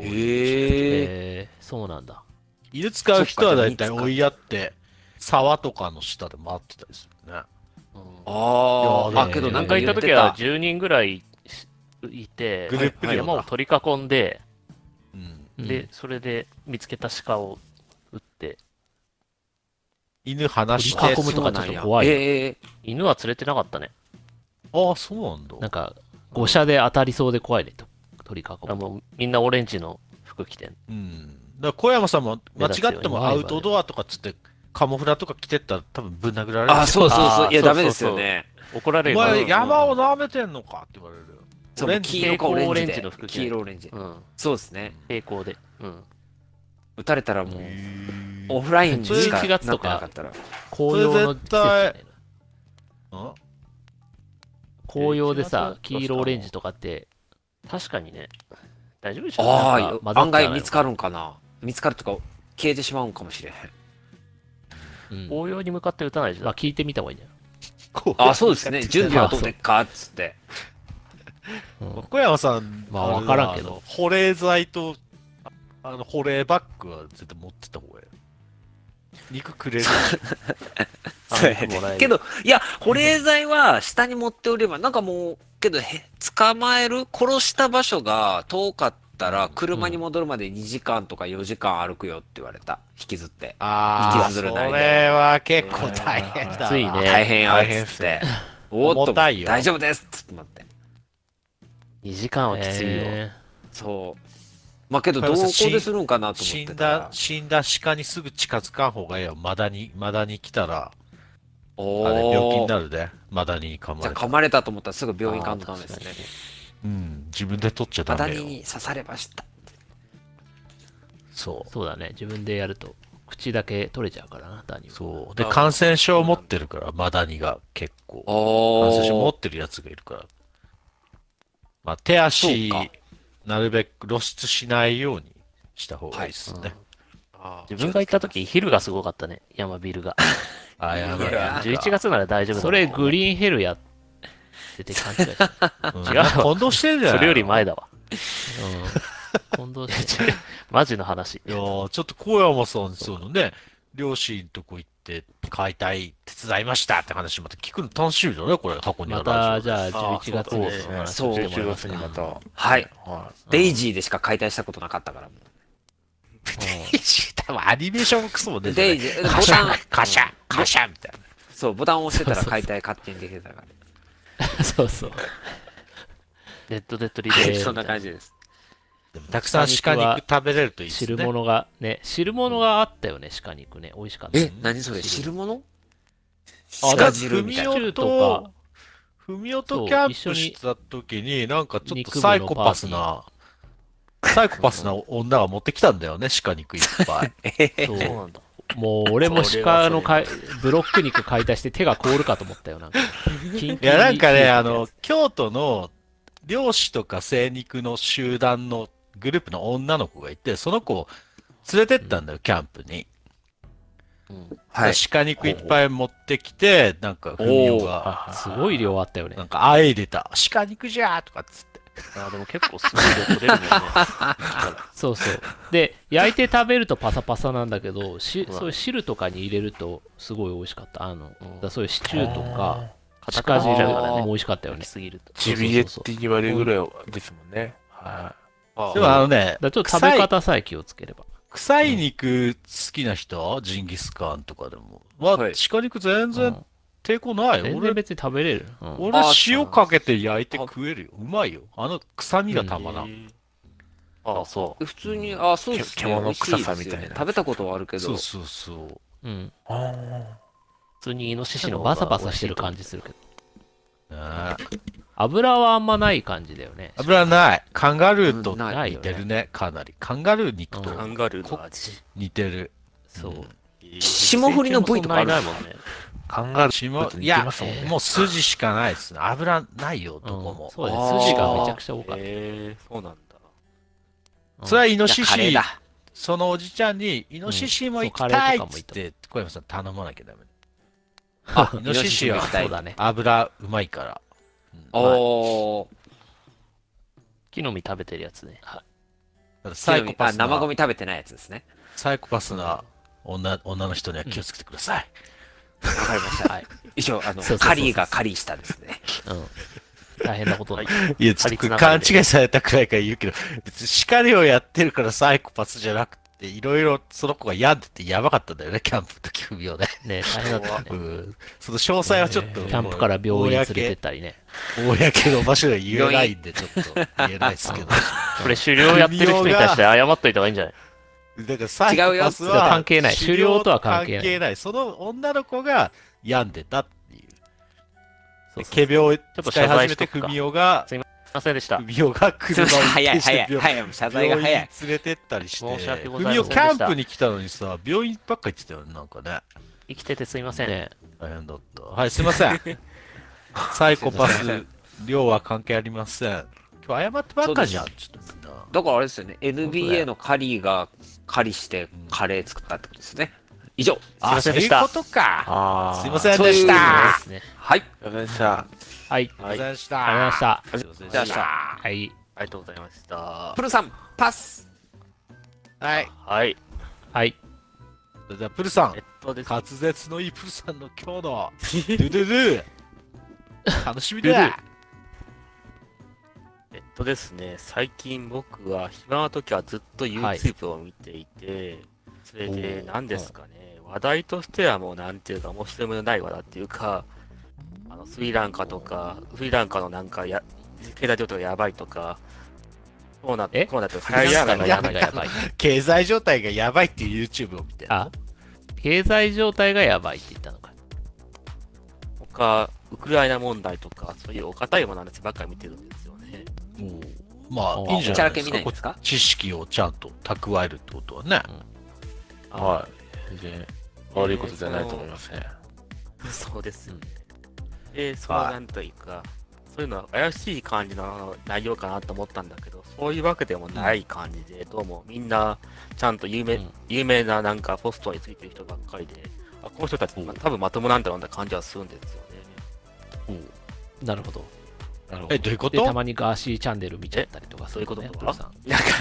そうなんだ。 犬使う人はだいたい追いやって、沢とかの下で待ってたりするね。 ねけどなんなんか行か言ったてっ時はた。 10人ぐらいいてグループ山を取り囲んで、 うん。 で、それで見つけた鹿を撃って、 犬離し取りて囲むとかちょっと怖い。 犬は連れてなかったね。 ああ、そうなんだ。 なんか、誤射で当たりそうで怖いねと。取り囲む。 もうみんなオレンジの服着てん。 うん。だから小山さんも間違ってもアウトドアとかっつってカモフラとか着てったら多分ぶん殴られる。 あ、そうそうそう。いや、 そうそうそうダメですよね。 怒られるよ。 お前山を舐めてんのかって言われるよ。 そう、黄色かオレンジ蛍光オレンジでの服。着黄色オレンジ。 うん。 そうですね。 平行で。うん。 撃たれたらもう、オフラインにしか 11 なってな月とかかったら。 紅葉の季節じゃないの。 ん紅葉でさ、 11月黄色オレンジとかって、 確かにね。大丈夫でしょあなんか混ざっちゃあ、 わない案外見つかるんかな。見つかるとか、消えてしまうんかもしれへん。 うん紅葉に向かって打たないじゃん。 まあ聞いてみた方がいいんじゃない？ あ、そうですね。準備はどうでっかっつって。 うん小山さん、 まあわからんけど保冷剤と、保冷バッグは絶対持ってた方がいい。肉くれる。 そうやもらえるねけど、いや、保冷剤は下に持っておれば、なんかもう、けど、捕まえる、殺した場所が遠かったら、車に戻るまで2時間とか4時間歩くよって言われた。引きずって。 ああ、そ引きずるないでれは結構大変だな。 ついね大変や大変っつって。おーっと、 重たいよ大丈夫ですっつって待って。 2時間はきついよ。 そう。まあけど、どこでするんかなと思死んってたらだ、。死んだ鹿にすぐ近づかん方がいいよ。マダニ来たら、 おあれ病気にー。 なるで。マダニに噛まじゃあれた。 噛まれたと思ったらすぐ病院行かんとダメですね。 うん、自分で取っちゃマダダメよ。 ニに刺されました。 そう。 そうだね。自分でやると、口だけ取れちゃうからな、ダニは。 そう。で、感染症を持ってるから、マダニが結構。感染症持おー。 ってるやつがいるから。まあ、手足そうか、 なるべく露出しないようにした方がいいですね。 自分が行った時、昼がすごかったね。山ビルが。 あ、やばい。 いや 11月なら大丈夫だそれグリーンヘルやってて勘違いした。 うん違うわ混同してるじゃないそれより前だわ。 うん。近藤して。 マジの話。 いやーちょっと小山さん、そのね、両親とこ行って解体手伝いましたって話また聞くの楽しみだね、これ、箱庭また、 ラジじゃあ11月にそうですねお話しそうしてもらい 11 ますか。 月にまた。 はい。 はデイジーでしか解体したことなかったから。 オ。多分アニメーションもクソもね。 デイジー、ボカシャタンン、、カシャン、カシャンみたいな。 そう、ボタンを押してたら解体勝手にできてたから。 そうそう。 デッドデッドリはい、 ベそんな感じです。 でもたくさん鹿肉食べれるといいですね。 汁物がね、汁物があったよね、鹿肉ね。美味しかった。 え、何それ汁物あ、だ鹿って汁みたいな。 シチューとかふみおとキャンプした時に、なんかちょっとサイコパスな女が持ってきたんだよね、鹿肉いっぱい。 そうそうなんだ。 もう俺も鹿のブロック肉解体して手が凍るかと思ったよ、なんか。 いや、なんかね、京都の漁師とか精肉の集団のグループの女の子がいて、その子を連れてったんだよ、キャンプに。 はい。 鹿肉いっぱい持ってきて、なんか、ふみおが、 すごい量あったよねな。んか、あえいでた。鹿肉じゃーとかっつって。 あでも結構すごい量取れるもんね。 そうそう。で、焼いて食べるとパサパサなんだけど、そういう汁とかに入れるとすごい美味しかった。だからそういうシチューとか、 硬く鹿汁なっちゃうからね。 も美味しかったよね。 焼きすぎると。 ジビエって言われるぐらいですもんね。はでもね、 だからちょっと食べ方さえ気をつければ。 臭い肉好きな人、ジンギスカンとかでも。 はい鹿肉全然抵抗ない。 全然俺、 別に食べれる。 俺塩かけて焼いて食えるよ。うまいよ。臭みがたまらん。 ああ、そう。 普通に、あ、そうですね。 獣臭さ美味しですよねみたいな食べたことはあるけどそう、そうそう。 うん。 い。あ普通にイノシシのなんかバサバサしてる感じするけど。 ね油はあんまない感じだよね。 油ない。カンガルーとうんないないよね。 似てるね、かなり。カンガルー肉とカンガルーの味。 似てる。 そう。 霜降りの部位とかあるないもんね。 考える霜と似ていやますもんね。 もう筋しかないですね。油ないよ、どこも。 そうですあー筋がめちゃくちゃ多かった。 そうなんだ。 うんそれはイノシシじゃあカレーだ。 そのおじちゃんに、イノシシも行きたいっつって、小山さん頼まなきゃダメ。 あ、 イノシシは行きたいそうだね。 油うまいから。 おー。 木の実食べてるやつね。 サイコパスな、 生ゴミ食べてないやつですね。 サイコパスな女の人には気をつけてください。 わかりました。 はい。 以上、 そうそうそうカリーがカリーしたですね。 うん。大変なことだ。 いや、ちょっと勘違いされたくらいから言うけど、別に叱りをやってるからサイコパスじゃなくて、いろいろその子が病んでてやばかったんだよね、キャンプの時不病で。 ね大変だったね。 その詳細はちょっと、 キャンプから病院連れてったりね。 公の場所では言えないんで、ちょっと言えないですけど。 これ狩猟やってる人に対して謝っといた方がいいんじゃない？ だからサイコパス違うよは関係ない狩猟とは関係ないその女の子が病んでたっていう。 そうそう仮病をちょっと使い謝罪始めて、 しとくか文雄がすいまませんでした。 文雄が車を運早い転して早い謝罪が病早い。 院連れてったりして、 申し訳ございませんでした文雄キャンプに来たのにさ、病院ばっか行ってたよね、なんかね。 生きててすいません。 ね大変だった。はい、すいません。サイコパス、量は関係ありません。今日謝ってばっかじゃん、ちょっとみんな。 だからあれですよね、NBA のカリーが狩りしてカレー作ったってことですね。以上。 あ、そういうことか。 あすいませんそういうでした。あですね。 はい。 すいませんでした。 はい。 りがとうございました。 ありがとうございました。 すいませんでした。 はい。 ありがとうございました。 プルさん、パス。 はい。 はい。 はい。 それではプルさん、 です。 滑舌のいいプルさんの今日のドゥドゥドゥ楽しみだ。 ですね、最近僕は暇な時はずっと YouTube を見ていて、それで何ですかね、話題としてはもうなんていうか面白みのない話題っていうか、スリランカとか、スリランカのなんか経済状態がやばいとか、コロナとか流行りやががやばいやばい。 経済状態がやばいっていう YouTube を見て。 あ、経済状態がやばいって言ったのか。 他、ウクライナ問題とか、そういうお堅いものの話ばっかり見てるんですよね。 まあ、いいんじゃチャラけないですか。 見ないんですか？ 知識をちゃんと蓄えるってことはね。 はい。全然悪いことじゃないと思いますね。 そうですよね。そのなんというか、そういうのは怪しい感じの内容かなと思ったんだけど、そういうわけでもない感じで、どうもみんなちゃんと有名ななんかポストについてる人ばっかりで、この人たち多分まともなんだろうな感じはするんですよね。 なるほど。 なるほど。 どういうこで、たと？ まにガーシーチャンネル見ちゃったりとかするのね、 そういうことプルさん。 なんか、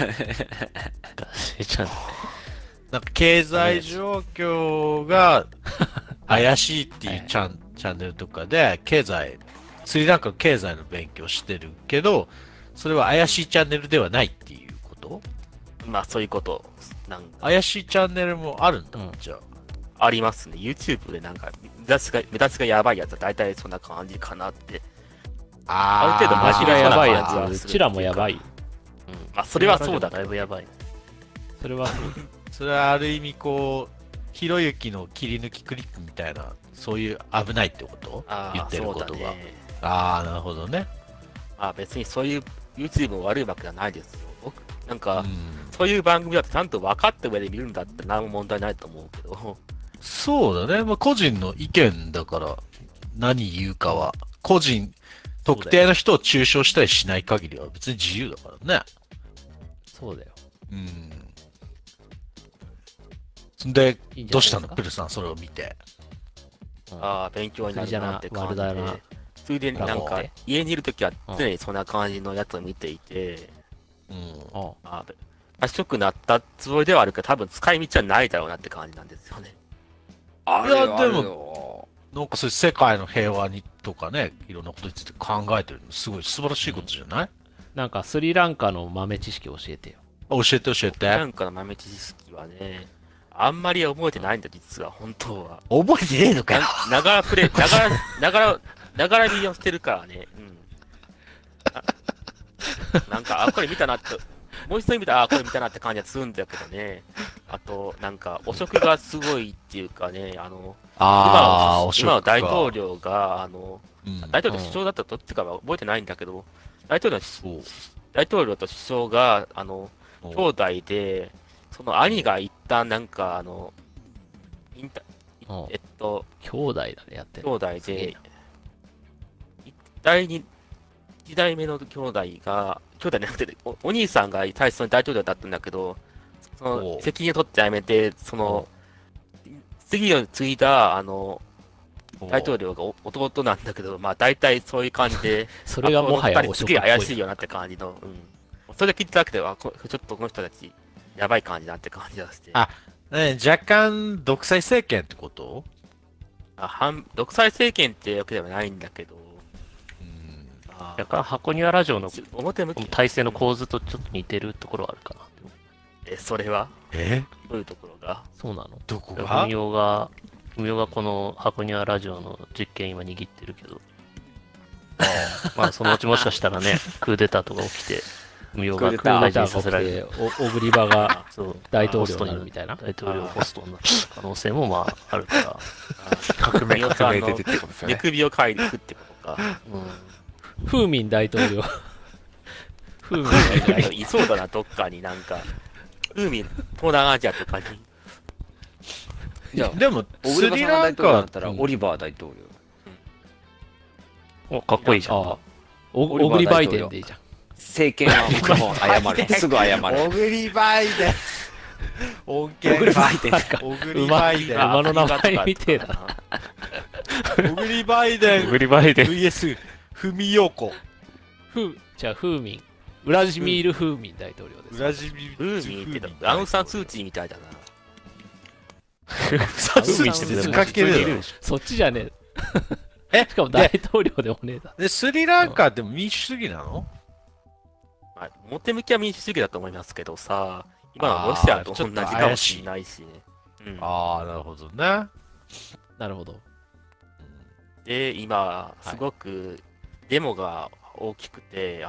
なんか経済状況が怪しいっていうチャンネルとかで、スリランカの経済の勉強してるけど、それは怪しいチャンネルではないっていうこと？ まあそういうことなんか怪しいチャンネルもあるんだ、じゃありますね。YouTube でなんか目立つがやばいやつは大体そんな感じかなって。 あ。 ある程度マジがやばいやつ、 間違いなくうちらもやばい。 まあそれはそうだけどだいぶやばい。 それはそう。 それはある意味こう、ひろゆきの切り抜きクリップみたいな、そういう危ないってこと言ってることが。 そうだね。 ああ、なるほどね。 別にそういう YouTube も悪いわけじゃないですよ。僕、なんか、 うんそういう番組だとちゃんと分かった上で見るんだって何も問題ないと思うけど。 そうだね。まあ、個人の意見だから、何言うかは、特定の人を中傷したりしない限りは別に自由だからね。 そうだよ。 で、 いいんじゃないですかどうしたのプルさん、それを見て。 勉強になるなって感じで悪だな。 ついでになんかラボで、 家にいるときは常にそんな感じのやつを見ていて、賢くなったつもりではあるけど、多分使い道はないだろうなって感じなんですよね。 あいやでもなんかそういう世界の平和にとかね、いろんなことについて考えてるの、すごい素晴らしいことじゃない？ なんかスリランカの豆知識教えてよ。 教えて教えて。 なんかの豆知識はね、あんまり覚えてないんだ、実は、本当は。 覚えてねえのかよ。 ながら見をしてるからね。なんか、これ見たなって、もう一度見たら、これ見たなって感じはするんだけどね。あと、なんか、汚職がすごいっていうかね、今の大統領が、大統領と首相だったらどっちかは覚えてないんだけど、大統領と首相が、兄弟で、その兄が一旦なんか、 兄弟だね、やってる。 兄弟で、一代目の兄弟が、兄弟じゃなくて、お兄さんが最初の大統領だったんだけど、その責任を取ってやめて、その、次を継いだ、大統領が弟なんだけど、まあ大体そういう感じで、 それがもはや汚すげえ職っぽい。 怪しいよなって感じの、それで聞いてなくて、ちょっとこの人たち、やばい感じだって感じがして。 若干独裁政権ってこと？ 独裁政権ってわけではないんだけど、 若干箱庭ラジオの表向き体制の構図とちょっと似てるところはあるかな。 それはどういうところが？ そうなの？ どこが？ 文雄がこの箱庭ラジオの実権今握ってるけど。まあそのうちもしかしたらね、クーデターとか起きて、文雄が退陣させられる。 オブリバがそう大統領になるみたいな。 大統領ポストになった可能性もまああるから。 革命出てってことですよね。 寝首をかいていくってことか。 風民大統領。 風味いそうだな、どっかになんか。海、東南アジアとかに。 じゃあ、 でも、 小スリ栗さんが大ランカ統領だったら、オリバー大統領。 お、かっこいいじゃん。 ああ。小栗バイデンでいいじゃん。 政権はもう謝る。すぐ謝る。 小栗バイデン。恩恵小栗バイデン。 小栗バイデン。 馬の名前みてえだな。 小栗バイデン。 小栗バイデン。 VS、フミヨコ。 じゃあ、風民。ウラジミール・フーミン大統領です。 ウラジミール・風味ってアウンサンスーチーみたいだな。 サスーチってかける。 そっちじゃねえ。しかも大統領でもねえだ。 で、スリランカって民主主義なの？ まあ、表向きは民主主義だと思いますけどさ、今のロシアと同じかもしれないしね。 ああ、なるほどね。 なるほど。 で、今、すごくデモが大きくて、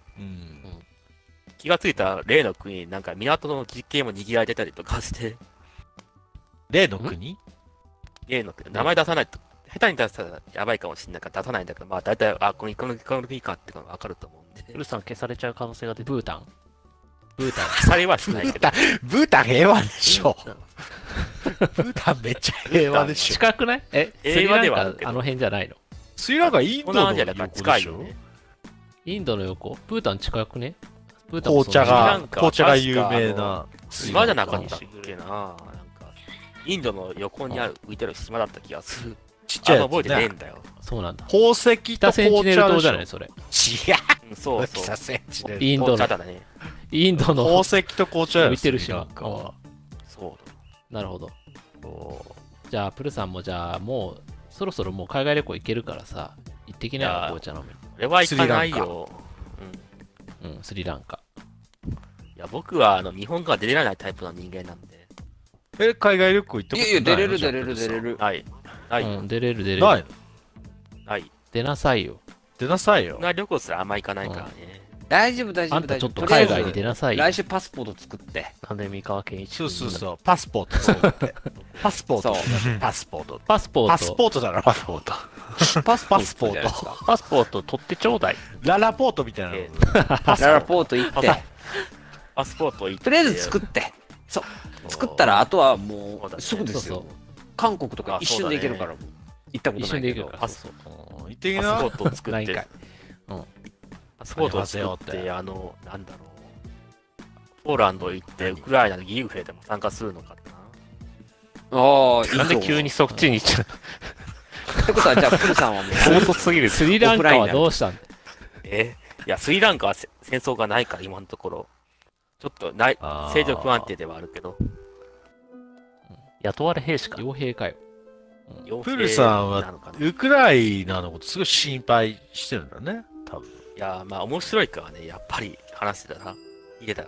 気がついた例の国になんか港の実験も握られてたりとかして。 例の国？ 例の国。名前出さないと、下手に出したらやばいかもしれないから出さないんだけど、まあ大体、この国かっていうのがわかると思うんで。 ウルさん消されちゃう可能性が出てブータン消されはしないけど。 ブータン平和でしょ。ブータンめっちゃ平和でしょ。 近くない？ 平和ではあるけど。 あの辺じゃないの？ スリランカインドの横でしょ？ インドの横？ブータン近くね？ 紅茶が有名な。 島じゃなかったっけな。なんか、インドの横にある浮いてる島だった気がする。 ちっちゃいやつ覚えてねえんだよ。 そうなんだ。 宝石と北センチネル島じゃないそれ。 違う。 そうそう。 北センチネル。 インドのインドの宝石と紅茶浮いてる島。 そうだ。なるほど。じゃあプルさんももうそろそろもう海外旅行行けるからさ、行ってきなよ紅茶飲み。 俺は行かないよ。 スリランカ。 いや、僕は日本から出れないタイプの人間なんで。 海外旅行行ったことない？ いやいや、出れる。 はい。 出れる。 ない。 出なさいよ。 出なさいよ。 海外旅行すらあんま行かないからね。 大丈夫。 あんたちょっと海外に出なさいよ。 来週パスポート作って。 なんで三河健一。 そう。パスポート作って。パスポート。パスポートだろ、パスポート。 パスポート取ってちょうだい。 ララポートみたいな。 ララポート行って。 パスポート行って。 とりあえず作って。そう。作ったら、あとはもう、すぐですよ。韓国とか一瞬で行けるから、行ったことないけど。 パスポート作って。パスポートを作って、なんだろう。ポーランド行って、ウクライナの義勇兵でも参加するのかな。 なんで急にそっちに行っちゃうってことは、じゃあ、プルさんはもう、 唐突すぎる。 スリランカはどうしたんだ？ いや、スリランカは戦争がないから、今のところ。ちょっと政情不安定ではあるけど。 雇われ兵士か。 傭兵かよ。 プルさんは、ウクライナのことすごい心配してるんだね、多分。 いや、まあ面白いからね、やっぱり話してたら、見てたらね。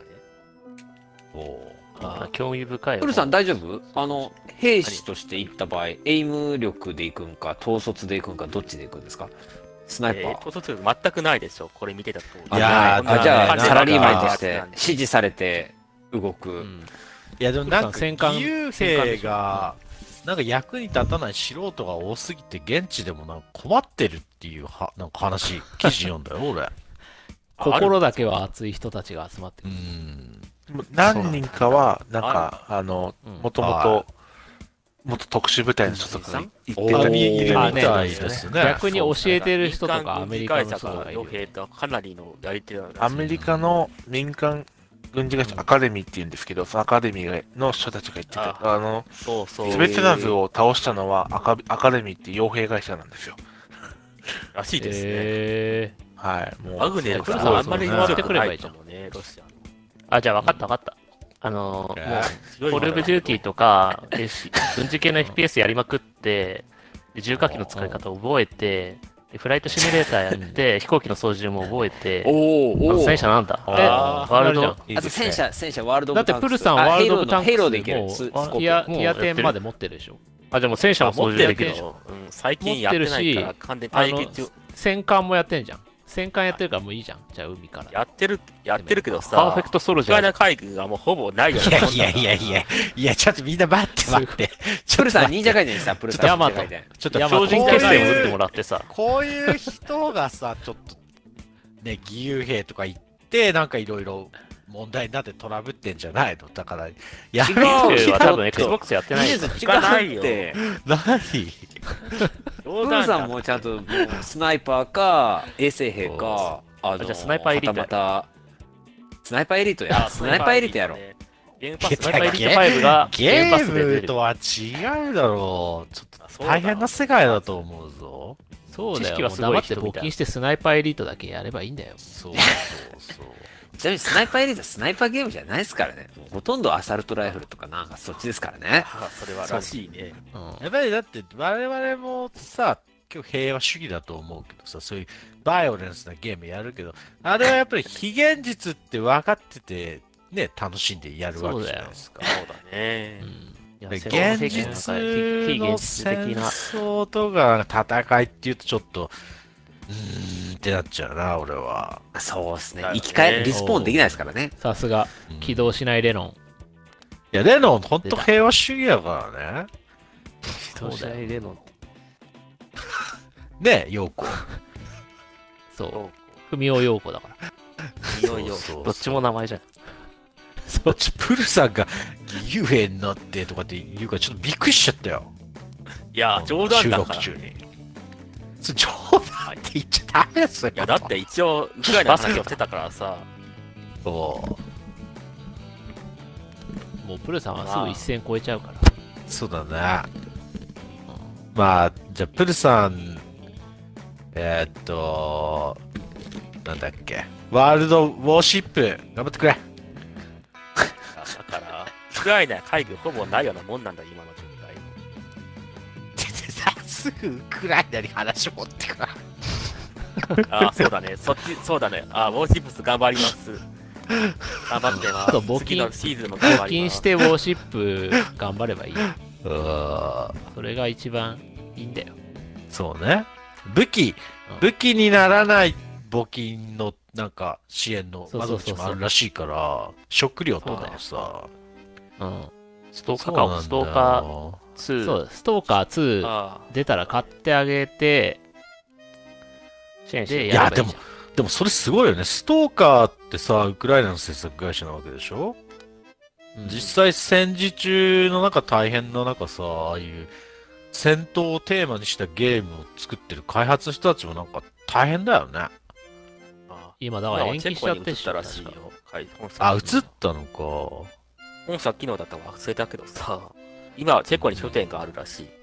興味深い。 プルさん大丈夫？兵士として行った場合、エイム力で行くんか、統率で行くんか、どっちで行くんですか？スナイパー。 統率力全くないでしょ、これ見てたと。 じゃあ、サラリーマンとして指示されて動く。 いや、でもなんか、義勇兵が、なんか役に立たない素人が多すぎて、現地でもなんか困ってるっていうなんか話、記事読んだよ、俺。 心だけは熱い人たちが集まってる。 何人かは、なんか、もともと特殊部隊の人とかが行ってたりいるみたいですね。 逆に教えてる人とかアメリカの人がいる。 かなりのやり手なんですアメリカの民間軍事会社アカデミーって言うんですけど、そのアカデミーの人たちが言ってて、スベツナズを倒したのはアカデミーって傭兵会社なんですよ。 らしいですね。 はい。もうワグネルからあんまり悪くないと思うね、ロシア。 じゃあ分かった。もう、コールオブデューティーとか、軍事系の FPS やりまくって、重火器の使い方を覚えて、フライトシミュレーターやって、飛行機の操縦も覚えて、戦車なんだ。ワールド。 あと戦車、ワールドオブタンクス。 だってプルさんワールドオブタンクスヘイローでいける。 ティア10まで持ってるでしょ。 じゃあもう戦車も操縦できるでしょ。 最近やってないから完全に対決。 戦艦もやってんじゃん。戦艦やってるからもういいじゃん。じゃあ海から。 やってるけどさ、 パーフェクトソルジャー。 ウクライナ海軍がもうほぼないよね。いや、ちょっとみんな待って。 プルさん、忍者ガイデンした、プルさん。 ヤマト。 ちょっと標準決戦を打ってもらってさ。 こういう人がさ、ちょっと、ね、義勇兵とか行って、なんかいろいろ問題になってトラブってんじゃないのだから、や違うは多分 Xbox やってないよ。 違うって。 何プーさんもちゃんともうスナイパーか、衛生兵か、 じゃあスナイパーエリートやまたスナイパーエリートや。スナイパーエリートやろ。 ゲームパススナイパーエリート5がゲゲームパスで出る。 ームとは違うだろう。ちょっと大変な世界だと思うぞ。 そうだよ。 知識はすごいもう黙って人みたい募金してスナイパーエリートだけやればいいんだよ。 そう。 ちなみにスナイパーエリートはスナイパーゲームじゃないですからね。ほとんどアサルトライフルとかなんかそっちですからね。 あそれはらしいね。 うん。 やっぱりだって我々もさ、今日平和主義だと思うけどさ、そういうバイオレンスなゲームやるけど、あれはやっぱり非現実って分かってて、ね、楽しんでやるわけじゃないですか。 そうだね。 いやで世界現的な実の非現実戦的な。 争とか戦いっていうとちょっと、ってなっちゃうな、俺は。 そうですねだよ。ね生き返る、リスポーンできないですからね。 さすが、起動しないレノン。 いや、レノン、ほんと平和主義だからね。 そうだよ。レノン。 ね、陽子。 そう。文雄陽子だから。 いよいよ。 そうどっちも名前じゃん。 そっち、プルさんが義勇兵になってとかって言うから、ちょっとびっくりしちゃったよ。 いや、冗談だから。 収録中に。それ冗談って言っちゃダメですよ。 いや、だって一応、ウクライナの話をしてたからさ。 そもうプルさんはすぐ一線超えちゃうから。 う。そうだね。まあ、じゃあ、プルさん、なんだっけ。ワールドウォーシップ、頑張ってくれ。 だから、ウクライナや海軍ほぼないようなもんなんだ、今の状態。 さすぐウクライナに話持ってくる。 ああ、そうだね。そうだね。ああ、ウォーシップス頑張ります。頑張ってます。 そう募金次のシーズンも頑張ります。 募金してウォーシップ頑張ればいい。 そそれが一番いいんだよ。 うね。武器にならない募金のなんか支援の窓口もあるらしいから、食料とかさ。 うん。 ストーカーか、ストーカー2。 そうだ、ストーカー2 あ出たら買ってあげて、で、 支援していややればいいじゃん。 でもそれすごいよね。ストーカーってさ、ウクライナの制作会社なわけでしょ、 うん実際戦時中の中大変な中さ、ああいう戦闘をテーマにしたゲームを作ってる開発の人たちもなんか大変だよね。 あ。 今だから延期しちゃってチェコに移ったらしいよ。 あ、映ったのか。 本社機能だったの忘れたけどさ、今、チェコに拠点があるらしい。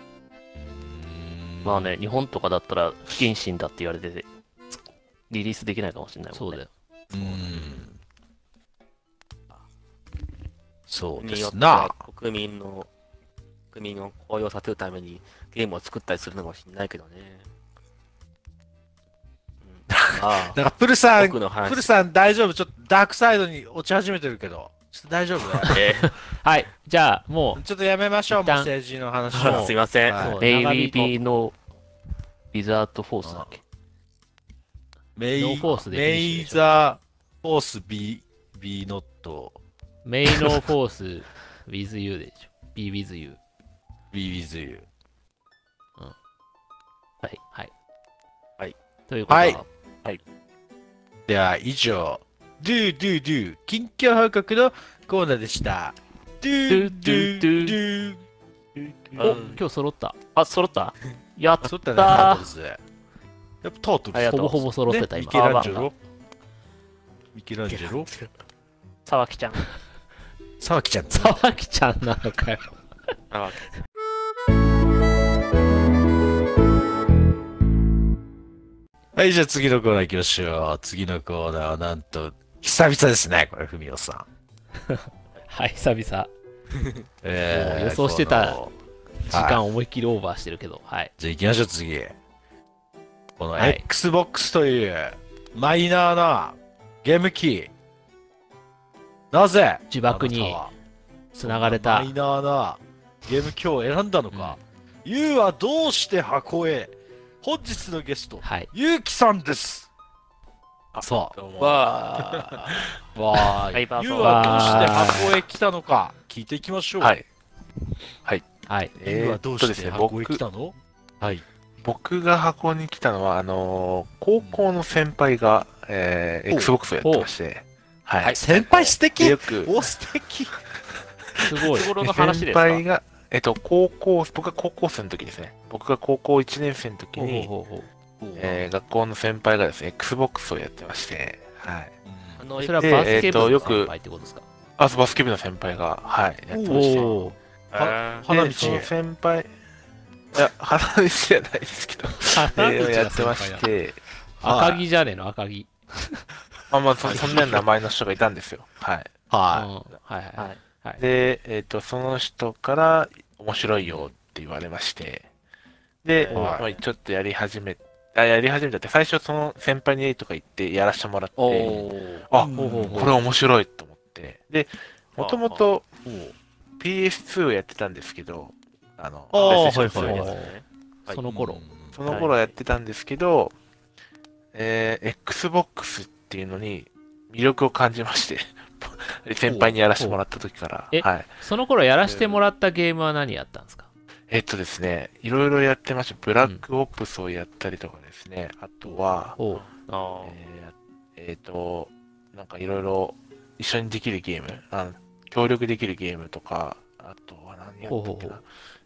まあね、日本とかだったら不謹慎だって言われてて、リリースできないかもしれないもんね。 そうだよ。 そうでによすなっては。国民を高揚させるためにゲームを作ったりするのかもしれないけどね。あなんかプルさん、 僕の話プルさん大丈夫ちょっとダークサイドに落ち始めてるけど。ちょっと大丈夫はい、じゃあもちょっとやめましょう、もう一旦政治の話あを。 すいません。 はいそうネイビ長引こうーのウィザードフォースだっけ。 メイノーフォースでメフィニッシュでしょイザーフォース B ノットう、メイノーフォース with you でしょ。be with you。 B with you。 はい。はい。 はい。 ということは、 はいでは以上、do 近況報告のコーナーでした。do お、今日揃った。 あ、揃ったやったそうだね、タートルズ。やっぱタートルズ。 ありがとうほぼほぼ揃ってた、今。 ねミケランジェアーバンロミケランジェロ沢木ちゃん。 沢木ちゃん。 沢木ちゃんなのかよ。 あはい、じゃあ次のコーナー行きましょう。次のコーナーはなんと、久々ですね、これ、ふみおさん。 はい、久々。もう予想してたこの時間思いっきりオーバーしてるけど、はい。 じゃあ行きましょう、次。このはい Xbox というマイナーなゲーム機ー。なぜ呪縛にあなたは繋がれたマイナーなゲーム機を選んだのか。ゆうはどうして箱へ。本日のゲスト、 はい。 ゆうきさんです。さどうもあ、わーい。 はいバーゆうはどうして箱へ来たのか、聞いていきましょう。 はい。 はい。 ゆうはどうして箱へ来たのはい。 僕が箱に来たのは、高校の先輩が、 Xbox をやってまして、はい。 先輩素敵よく、 お、素敵すごい。 日頃の話ですか？ 先輩が、僕が高校生の時ですね。僕が高校1年生の時に、学校の先輩がですね、Xbox をやってまして、はい。 それはバスケ部の先輩ってことですか？ バスケ部の先輩が、はい、やってまして。 花道その先輩、いや、花道じゃないですけど、やってまして、 赤木じゃねえの、赤木。 そんな名前の人がいたんですよ。はい。 はい。 で、その人から面白いよって言われまして、で、ちょっとやり始めたって、最初その先輩にとか言ってやらせてもらって、これ面白いと思って、で、もともと PS2 をやってたんですけど、 その頃やってたんですけど、Xbox っていうのに魅力を感じまして、先輩にやらせてもらった時から。はい。 その頃やらせてもらったゲームは何やったんですか？ ですね、いろいろやってました。ブラックオプスをやったりとかですね。あとは、なんかいろいろ一緒にできるゲーム、協力できるゲームとか、あとは何やったっけな。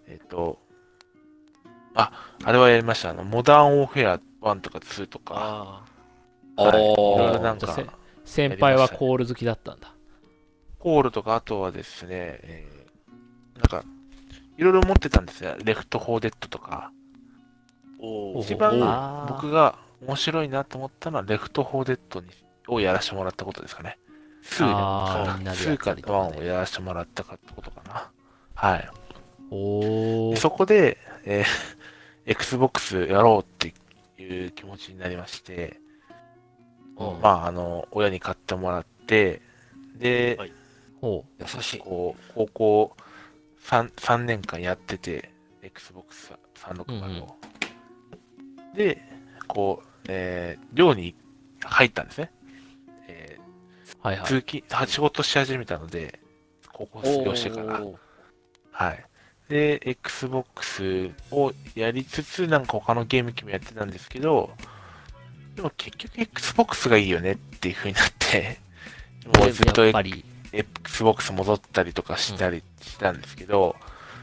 あれはやりました。モダンオーフェア1とか2とか。いろいろなんか。 先輩はコール好きだったんだ。 コールとか、あとはですね、なんか、いろいろ持ってたんですよ。レフト4デッドとか。一番僕が面白いなと思ったのは、レフト4デッドをやらせてもらったことですかね。2か1をやらせてもらったことかな。はい。そこで、Xbox やろうっていう気持ちになりまして、親に買ってもらって、で、 優しい。 高校3年間やってて、Xbox 360を。で、寮に入ったんですね。仕事し始めたので、高校卒業してから。はい。で、Xbox をやりつつ、なんか他のゲーム機もやってたんですけど、でも結局 Xbox がいいよねっていう風になって、もうずっと Xbox 戻ったりとかしたんですけど、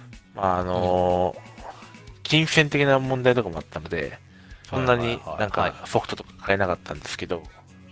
金銭的な問題とかもあったので、そんなになんかソフトとか買えなかったんですけど、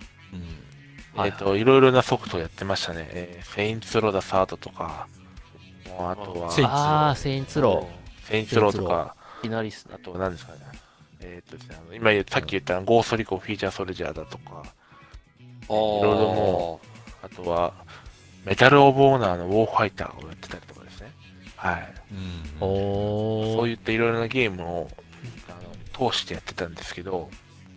いろいろなソフトをやってましたね。セインツローダサードとか、あとは、 セインツローとか、 あと何ですかね。今さっき言ったゴーストリコフィーチャーソルジャーだとか、いろいろもう、あとは、メタルオブオーナーのウォーファイターをやってたりとかですね。はい。そういったいろいろなゲームを通してやってたんですけど、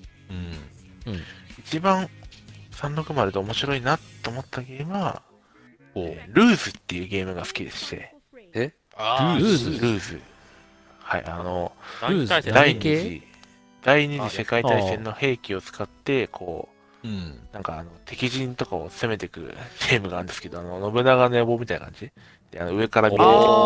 一番360で面白いなと思ったゲームは、ルーズっていうゲームが好きでして。 ルーズ。はい、第二次世界大戦の兵器を使って、なんか敵陣とかを攻めてくるゲームがあるんですけど、信長の野望みたいな感じで、上から見る。 じ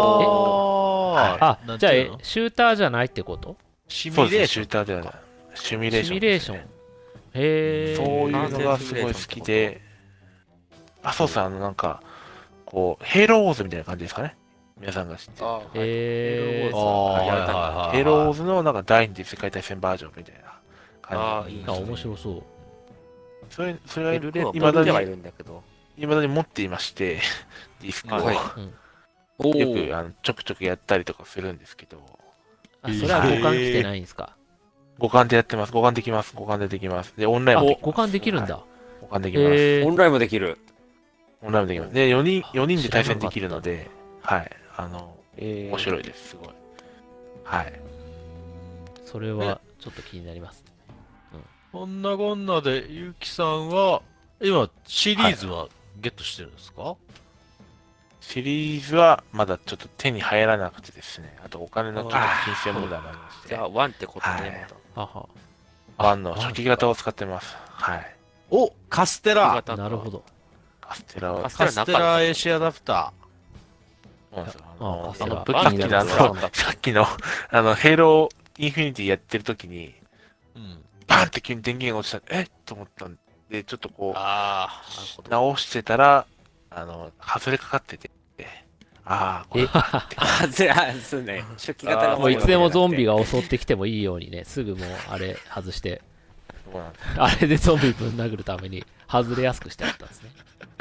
ゃあ、シューターじゃないってこと？ シミュレーション。シューターではない。シミュレーション。そういうのがすごい好きで、そうですね、なんか、ヘイローウォーズみたいな感じですかね。皆さんが知ってる。 ヘイローウォーズのなんか第二次世界大戦バージョンみたいな感じ。 面白そう。 それは未だに持っていまして、ディスクを。よくちょくちょくやったりとかするんですけど。 それは互換来てないんですか？ 互換でやってます。互換できます。で、オンラインも。 互換できるんだ。 互換できます。 オンラインもできる。 で、4人で対戦できるので、はい。面白いです、すごい。はい。 それはちょっと気になります。 こんなこんなで、ゆうきさんは、今、シリーズはゲットしてるんですか？ シリーズはまだちょっと手に入らなくてですね、あとお金の金銭問題もありまして。 じゃあ、1ってことね、 また。1の初期型を使ってます。はい。 カステラ。 なるほど。 カステラ AC アダプター。そうなんですよ。さっきの、ヘイローインフィニティやってる時に、バーンって急に電源が落ちた。と思ったんで、ちょっとこう、 なるほど。 直してたら、外れかかってて、これ、 そうね。初期型がもういつでもゾンビが襲ってきてもいいようにね、すぐもうあれ外して、 そうなんですあれでゾンビぶん殴るために外れやすくしてあったんですね。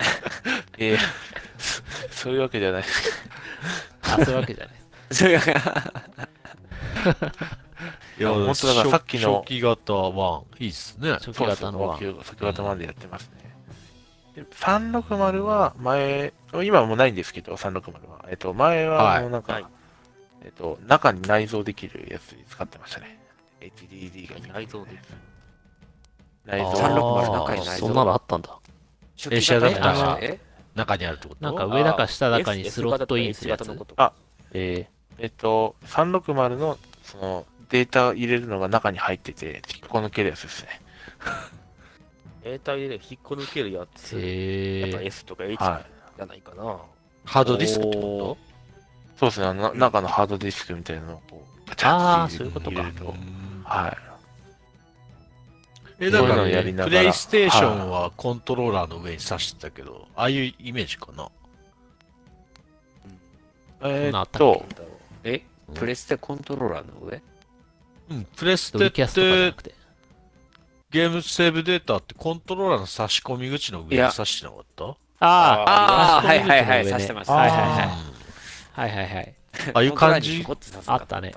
そういうわけじゃないですけど。 そういうわけじゃないです。 それがいや、 本当だからさっきの初期型1、いいっすね。 初期型の初期型までやってますね。で360は前、今はもうないんですけど、360は。前はもうなんか、中に内蔵できるやつに使ってましたね。HDD が内蔵で。 内蔵。360中に内蔵。 そんなのあったんだ。 初期型が中にあるってことなんか上だか下だかにスロットインするやつ。 360のそのデータを入れるのが中に入ってて、引っこ抜けるやつですね。 データ入れる引っこ抜けるやつ。やっぱ S とか H じゃないかな。 ハードディスクってことそうですね。中のハードディスクみたいなのをこう、ガチャッと入れると。はい。 だからプレイステーションはコントローラーの上に挿してたけど、ああいうイメージかな。 プレステコントローラーの上？ うん、プレステってゲームセーブデータってコントローラーの差し込み口の上に挿してなかった？ はいはいはい、挿してました。 はいはいはい。はいはいはい。 ああいう感じあったね。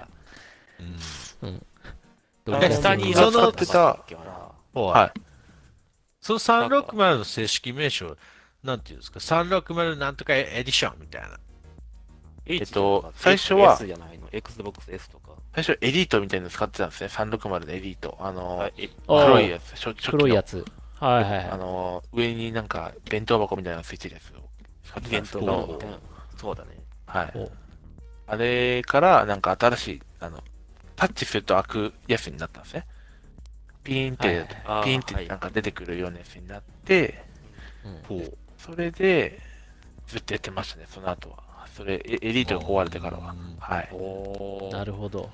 下にそのってた、 はい。その360の正式名称、なんていうんですか、360なんとかエディションみたいな。 最初は、 S じゃないの Xbox S とか。 最初エリートみたいなの使ってたんですね。360のエリート。 黒いやつ。 黒いやつ。はいはいはい。上になんか弁当箱みたいなのついてるやつを使ってたんですけど。 弁当箱みたいな。そうだね。 はい。あれからなんか新しい、タッチすると開くやつになったんですね。ピーンってなんか出てくるようなやつになって、それでずっとやってましたね、その後は。それ、エリートが壊れてからは。はい。 なるほど。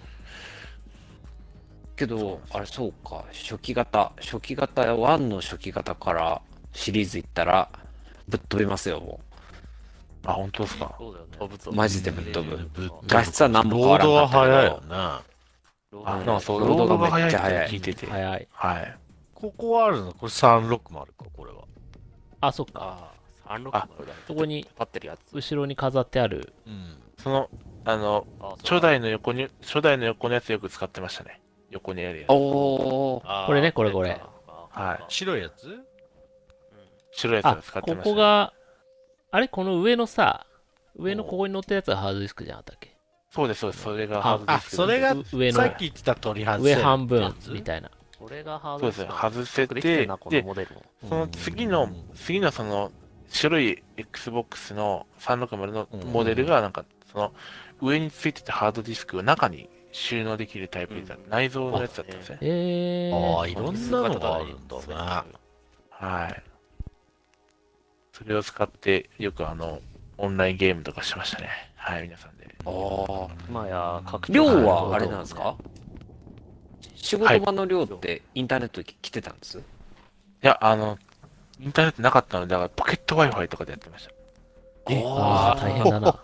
けど、あれそうか、初期型1の初期型からシリーズいったらぶっ飛びますよ、もう。本当ですか？ マジでぶっ飛ぶ。画質は何も変わらなかったけど。ロードは早いよな。なんかそう、ロードがめっちゃ早い。聞いてて。 早い。 はい。 ここはあるの？これ360か、これは。 そっか。 360 そこに立ってるやつ。 後ろに飾ってある。 その、初代の横のやつよく使ってましたね。横にあるやつ。 これね、これ。 はい。 白いやつ？ 白いやつを使ってました。 ここが、この上のさ、上のここに乗ってるやつがハードディスクじゃなかったっけ？ そうです。それがハードディスク。 それが上のさっき言ってた取り外せ上半分みたいな。 これがハードディスク。 そうです。外せて、で、その次のその、白い Xbox の360のモデルがなんか、その上についてたハードディスクを中に収納できるタイプで、内蔵のやつだったんですね。 いろんなのがあるんだね。 はい。それを使ってよくオンラインゲームとかしましたね。はい、皆さんで。 量はあれなんですか？仕事場の量ってインターネットで来てたんです？ いや、インターネットなかったので、だからポケット Wi-Fi とかでやってました。 大変だな。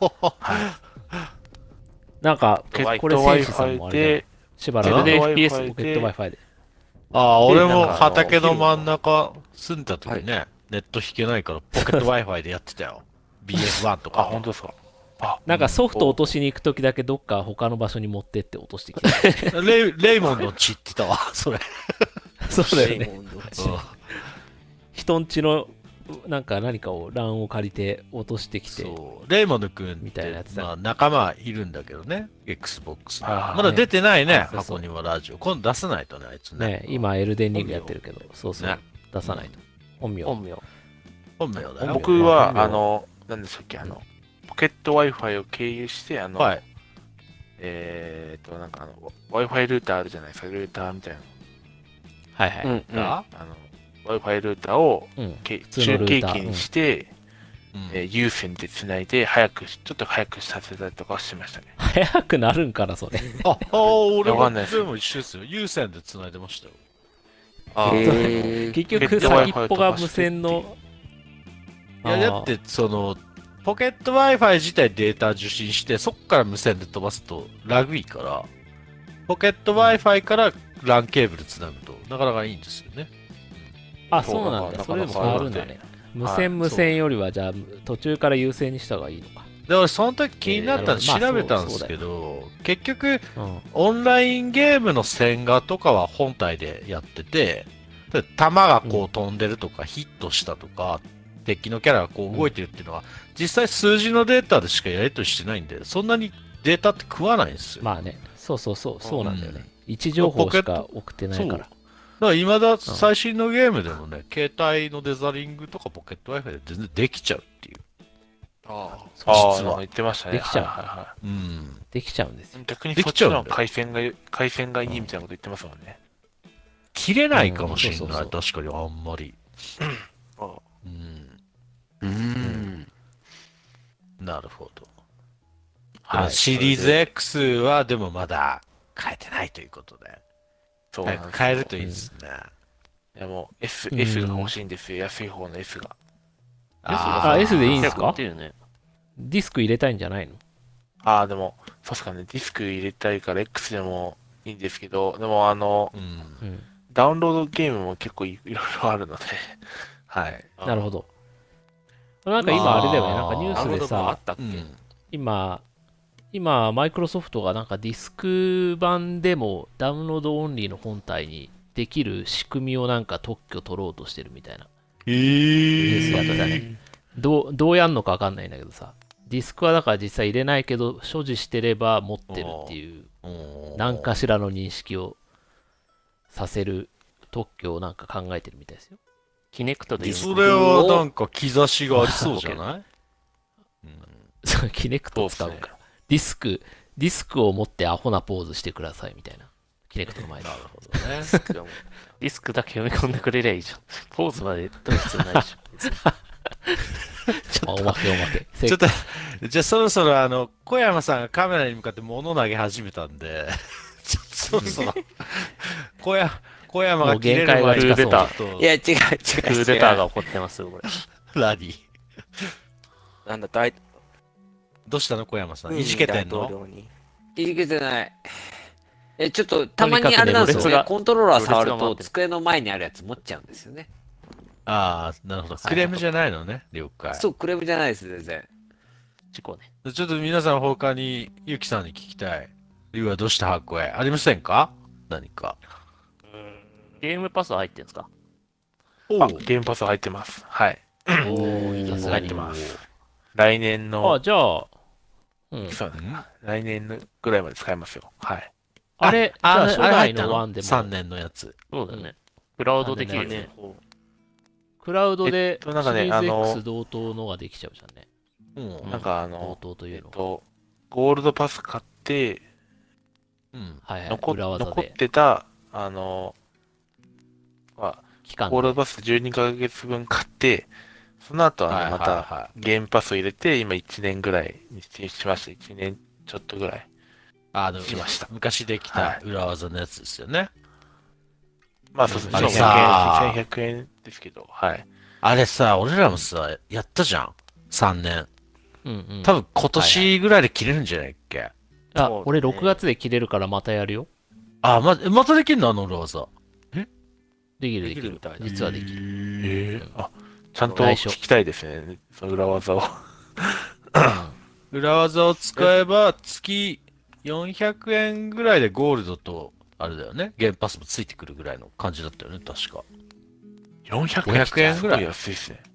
なんか、これ、選手さんもあれで、しばらく FPS ポケット Wi-Fi で。 俺も畑の真ん中住んだ時ね、ネット引けないからポケット Wi-Fi でやってたよ。BF1 とか。 本当ですか？ なんかソフト落としに行く時だけどっか他の場所に持ってって落としてきて。 レイモンの血ってたわ、それ。 そうだよね。人んちの何かを欄を借りて落としてきて。 レイモンド君みたいなやつだ。 仲間いるんだけどね、Xbox。まだ出てないね、箱庭ラジオ。今度出さないとね、あいつね。 今エルデンリングやってるけど、そう出さないと。本名だよ。僕は、何でしたっけ、ポケット Wi-Fi を経由して、なんかWi-Fi ルーターあるじゃないですか、ルーターみたいな。 はいはい。 Wi-Fi ルーターを中継機にして、有線でつないで、ちょっと早くさせたりとかしましたね。 早くなるんかな、それ。 俺も全部一緒ですよ。有線でつないでましたよ。 結局先っぽが無線の。 いや、だって、ポケット Wi-Fi 自体データ受信して、そこから無線で飛ばすとラグいから、ポケット Wi-Fi から LAN ケーブルつなぐと、なかなかいいんですよね。 あ、そうなんだ。それでも変わるんだね。無線よりは、じゃあ、途中から優先にした方がいいのか。 で、俺、その時気になったの調べたんですけど、結局、オンラインゲームの線画とかは本体でやってて、弾がこう飛んでるとか、ヒットしたとか、敵のキャラがこう動いてるっていうのは、実際数字のデータでしかやり取りしてないんで、そんなにデータって食わないんですよ。 まあね、そうなんだよね。位置情報しか送ってないから。 だから未だ最新のゲームでもね、携帯のデザリングとかポケット Wi-Fi で全然できちゃうっていう。 実は言ってましたね。 できちゃう。できちゃうんですよ。 逆にそっちの回線がいいみたいなこと言ってますもんね。 切れないかもしれない。確かにあんまり。なるほど。シリーズ X はでもまだ変えてないということで。 そうなんですよ。 変えるといいですね。 いやもう S が欲しいんですよ。安い方の S が。 S でいいんですか？ディスク入れたいんじゃないの？ でも、そうっすかね。ディスク入れたいから X でもいいんですけど、でもダウンロードゲームも結構いろいろあるので、はい。 なるほど。なんか今あれだよね。なんかニュースでさ、今、マイクロソフトがなんかディスク版でもダウンロードオンリーの本体にできる仕組みをなんか特許取ろうとしてるみたいな。ニュースやってたね。どうやんのかわかんないんだけどさ。ディスクはだから実際入れないけど、所持してれば持ってるっていう、何かしらの認識をさせる特許をなんか考えてるみたいですよ。 キネクトでそれはなんか兆しがありそうじゃない？ キネクトを使うから。ディスクを持ってアホなポーズしてくださいみたいな。キネクトの前で。なるほどね。 ディスクだけ読み込んでくれりゃいいじゃん。ポーズまで取る必要ないでしょ。 おまけ。 ちょっと、じゃあそろそろ小山さんがカメラに向かって物投げ始めたんで、そろそろ、小山が切れる前にクーデター。いや、違う。クーデターが起こってますよ、これ。 何なんだ、 どうしたの小山さん。いじけてんの？ いじけてない。ちょっと、たまにあれなんですよね。コントローラー触ると、机の前にあるやつ持っちゃうんですよね。 ああ、なるほど。クレームじゃないのね、了解。 そう、クレームじゃないです、全然。 事故ね。 ちょっと皆さん他に、ゆきさんに聞きたい。理由はどうした箱へありませんか？何か。 ゲームパス入ってんすか？ ゲームパス入ってます。はい。入ってます。来年の。 じゃあ、 そうね。来年のぐらいまで使えますよ。はい。 あれ、初代の1でも。 3年のやつ。 そうだね。クラウドできるね。 クラウドで、 なんかね、 シリーズ X 同等のができちゃうじゃんね。 なんか同等というの。 ゴールドパス買って、残ってた、ゴールドパス12ヶ月分買って、その後はまたゲームパスを入れて、今1年ぐらいにしました。1年ちょっとぐらい。しました。 昔できた裏技のやつですよね。 まあそうですね。1100円ですけど、はい。 あれさ、俺らもさ、やったじゃん。3年。多分今年ぐらいで切れるんじゃないっけ？ 俺6月で切れるからまたやるよ。 またできるの？あの裏技。 できるみたい。実はできる。 ちゃんと聞きたいですね。その裏技を。 裏技を使えば月400円ぐらいでゴールドと、あれだよね。ゲームパスもついてくるぐらいの感じだったよね、確か。 500円ぐらい安いですね。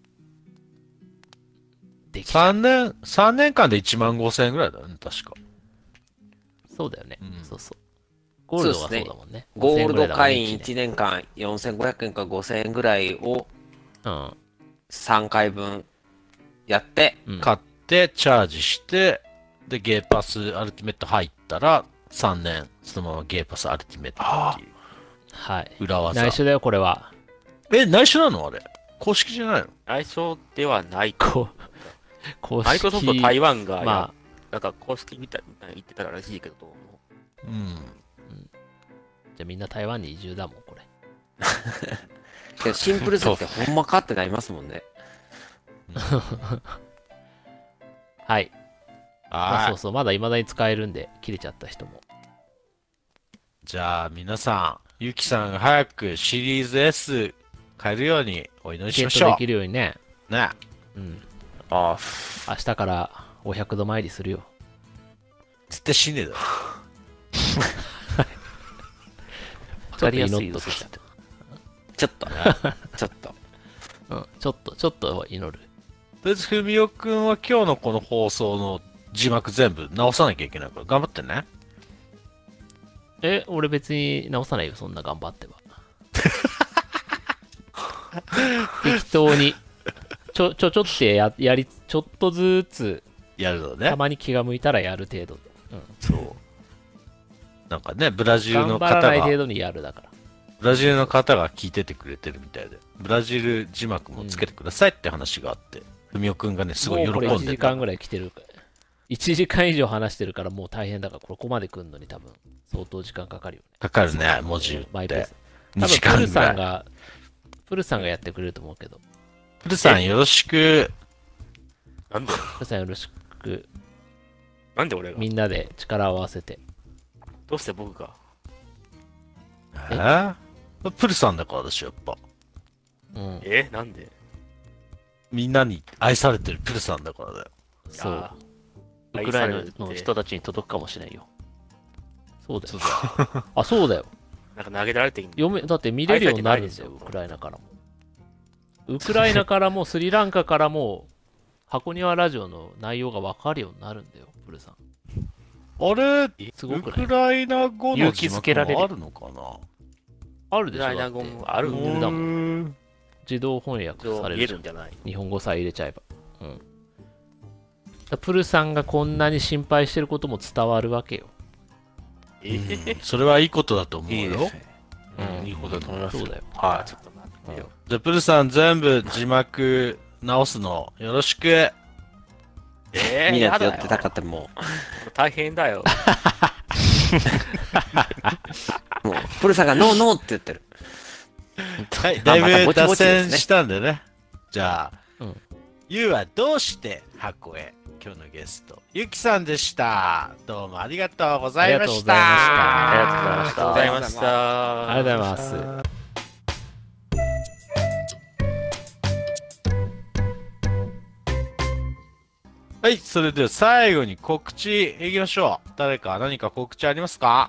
3年間で15000円ぐらいだよね、確か。 そうだよね。そうそう。ゴールドはそうだもんね。 ゴールド会員1年間4500円か5000円ぐらいを3回分やって、 買ってチャージして、で、ゲーパスアルティメット入ったら3年、そのままゲーパスアルティメットっていう。 はい。 裏技。 内緒だよ、これは。 内緒なのあれ。公式じゃないの？ 内緒ではない。 公式。 マイクロソフト台湾が、なんか公式みたいな言ってたらしいけど。 じゃあみんな台湾に移住だもん、これ。 けどシンプルさってほんまかってなりますもんね。 はい。まあ、そうあそう、まだ未だに使えるんで、切れちゃった人も。 じゃあ皆さん、ゆきさんが早くシリーズ S 買えるようにお祈りしましょう。 ゲットできるようにね。 ね。 うん。 あ明日からお百度参りするよ。 絶対死ねえだろ。 わかりやすい嘘じゃん。 ちょっと、ちょっと。 うん、ちょっと祈る。 とりあえず、ふみおくんは今日のこの放送の字幕全部直さなきゃいけないから頑張ってね。 俺別に直さないよ、そんな頑張っては。適当に、ちょっとちょっとずつ、 やるのね。 たまに気が向いたらやる程度で。 そう。なんかね、ブラジルの頑張ら方が、 ない程度にやるだから。 ブラジルの方が聞いててくれてるみたいで、ブラジル字幕もつけてくださいって話があって、ふみおくんがね、すごい喜んでもうこれ1時間ぐらい。 らい来てるから。1時間以上話してるからもう大変だから、ここまで来るのに多分相当時間かかるよね。 かかるね、文字打ってマイペース。。 2 多時分プル間ぐらい。 さんが、プルさんがやってくれると思うけど。 プルさんよろしく。 なんでプルさんよろしく、 なんで俺がみんなで力を合わせて。 どうして僕がプルさんだからでしょ、やっぱ。 うん。 なんでみんなに愛されてるプルさんだからだよ。 そう。 あウクライナの人たちに届くかもしれんよ。 そうだよそう。だよ。 あ、そうだよ。 なんか投げられてだって見れるようになるんだよ、 愛されてないですよウクライナからも。ウクライナからもスリランカからも、箱庭ラジオの内容が分かるようになるんだよ、プルさん。 あれ、ウすごくないクライナ語の勇字幕気づけられるもあるのかな。 あるでしょ。 ウクライナ語だってもあるんうんだもん。 自動翻訳され見るじゃん。 えるんじゃない日本語さえ入れちゃえば。うん。プルさんがこんなに心配してることも伝わるわけよ。 それはいいことだと思うよいいです。ね。 うんいいことだと思います。 そうだよ。 はちょっと待ってよ。 じゃあ、プルさん全部字幕直すのよろしく。 みんなやだよで寄ってたかっても大変だよ。 う、プルさんがノーノーって言ってる。 はい、だいまたぼちぶ脱ぼちですね線したんでね。じゃあ、 うんゆうはどうして箱へ今日のゲスト、ゆきさんでした。どうもありがとうございました。 ありがとうございましありがとうございましあた。 ありがとうございます。 はい、それでは最後に告知いきましょう。誰か何か告知ありますか？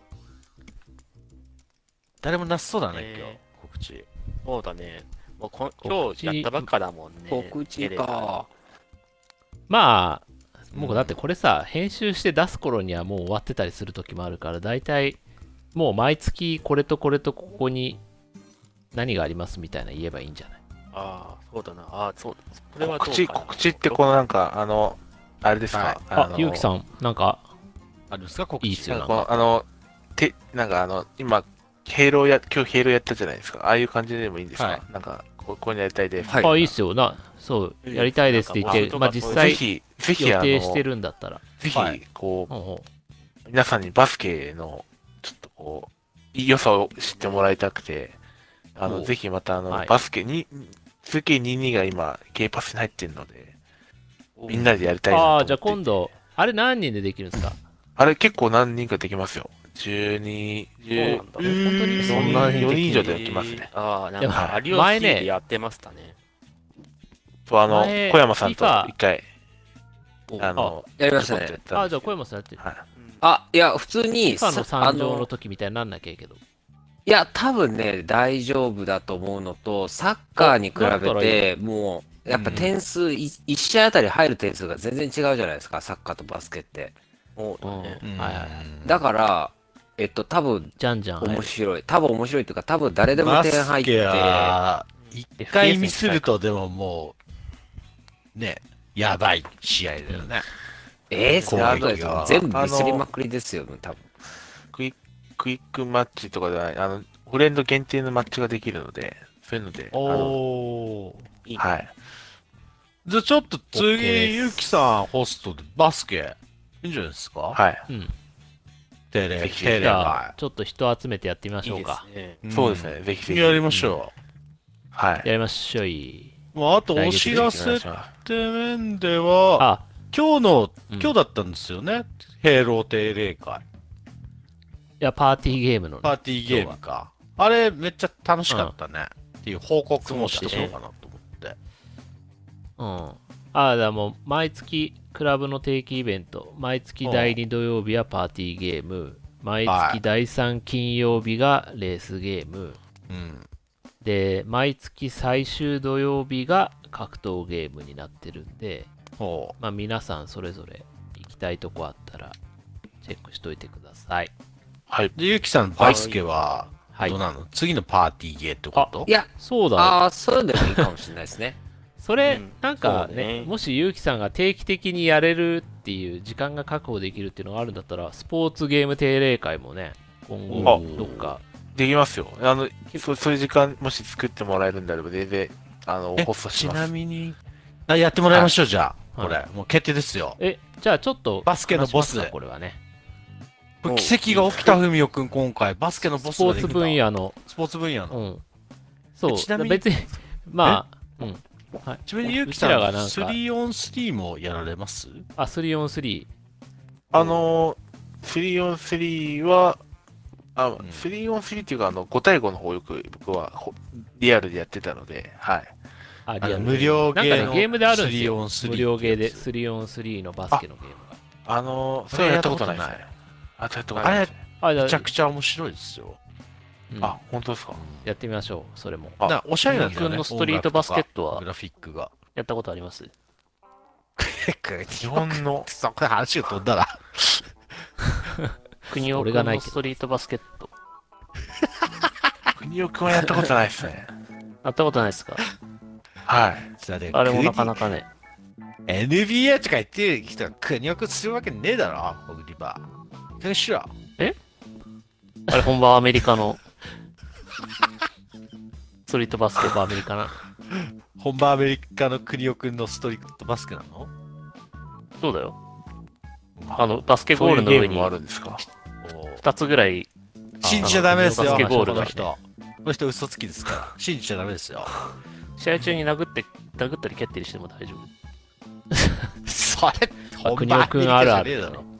誰もなさそうだね、今日。告知。 そうだね。もう今日やったばっかだもんね。 告知か。 まあ、もうだってこれさ、編集して出す頃にはもう終わってたりする時もあるから、大体、もう毎月これとこれとここに何がありますみたいな言えばいいんじゃない？ ああ、そうだな。ああ、そう。これはどうかな告知ってこのなんか、あれですか、 ゆうきさん、なんか、 あるんですか、告知。 いいっすよなんかなんか今、今日ヘイローやったじゃないですか。ああいう感じでもいいんですか、 はいなんか、こういうのやりたいです。 はいあ、いいっすよ。そう、やりたいですって言って、 なんかまあ実ぜ際ひ、 予定してるんだったら。 ぜひはい、 こほうほう、皆さんにバスケの、ちょっとこう、良さを知ってもらいたくて、 おうぜひまたはいバスケに、2K22 が今、K パスに入ってるので、みんなでやりたいなと思っていて。 ああ、じゃあ今度、あれ何人でできるんですか？ あれ結構何人かできますよ。12、10、 そうなんだ本当にそんな4人以上でできますね。 ああ、なんでもか、有吉前ねでやってましたね。 そう前小山さんと FIFA 一回、 やりましたねちょこっとやったんあ、 ですじゃあ小山さんやってる。 はい。 あ、いや、普通に、 FIFA の参上の時みたいになんなきゃいいけど。 いや、多分ね、大丈夫だと思うのと、サッカーに比だったらべて、もう、やっぱ点数、1試合あたり入る点数が全然違うじゃないですか、サッカーとバスケって。 そうだね。 うんはいはいだから、多分じゃんじゃん入る。 面白い。多分面白いっていうか、多分誰でもバ点入ってスケ、は、一回ミスるとでももう、ね、やばい試合だよね。 そんなことです攻撃がよ。全部ミスりまくりですよ、多分。 クイックマッチとかではない、フレンド限定のマッチができるので、そういうので、 おー。 はい。 じゃあちょっと OK です次、ゆきさんホストでバスケ、いいんじゃないですか？ はい。 うん。 定例ぜひじゃあ、ちょっと人集めてやってみましょうか。 いいですね。 そうですね、ぜひぜひ。 やりましょはい。 やりましょうい。 う。もうあとお知らせって面では、 あ、 今うん日だったんですよね。ヘイロー定例会。 いや、パーティーゲームのね。 パーティーゲームか。あれめっちゃ楽しかったね。っていう報告もしてそうかなと思って。 だからもう、毎月、クラブの定期イベント、毎月第2土曜日はパーティーゲーム、毎月第3金曜日がレースゲーム、 うん。 で、毎月最終土曜日が格闘ゲームになってるんで、 ほまあ皆さんそれぞれ行きたいとこあったら、チェックしといてください。 はい。 う。で、ゆきさん、バスケは、 はいどう。なの、次のパーティーゲーってこといや、 そうだ、 ああ、そういうのでもいいかもしれないですね。 それ、 うんなんかそうね、 ねもしゆうきさんが定期的にやれるっていう時間が確保できるっていうのがあるんだったら、スポーツゲーム定例会もね、今後どっか、 できますよ。そういう時間、もし作ってもらえるんであれば、全然、ホストしちなます。 みに、やってもらいましょう、じゃあ。 はいこれ、もう決定ですよ。 じゃあちょっと、 バスケのボス話しますかこれはね。 これ奇跡が起きた、ふみおくん、今回。バスケのボスポーツスができた。 分野の、 スポーツ分野の。 うん。そう、 ちなみに別に、まあ、うん。はい。 ちなみに、ゆうきさん、 うちらがなんか 3on3 もやられます？ 3on3。 3on3 は、3on3 っていうか、5対5の方をよく僕はリアルでやってたので、はい。 あ、リアル無料ゲーのなんかね、ゲームであるんですよ。 3on3 無料ゲーで 3on3 のバスケのゲームそれはやったことないですね。やったことないですね。 が。じゃめちゃくちゃ面白いですよ。 うんあ、本当ですか。 やってみましょう、それも。 あだからおしゃれなんだよね。 君のストリートバスケットはグラフィックが。 やったことあります日本の、 そこで話が飛んだら。 国尾俺がないけど君のストリートバスケット。 国尾くんはやったことないですね。 やったことないですかはい。 あれもなかなかね。 NBA とか言ってる人が国をするわけねえだろ、オグリバー。いかにしろ。 あれ本場アメリカのストリートバスケットアメリカな。 本場アメリカの国尾くんのストリートバスケなの？ そうだよ。バスケゴールの上にそういうゲームもあるんですか。 2つぐらい信じちゃダメですよ、 バスケゴールがこの人。この人嘘つきですから。信じちゃダメですよ。 試合中に殴ったり蹴ったりしても大丈夫。 それ、本国場ア尾くんあメリカじゃるあるだねねえだろ。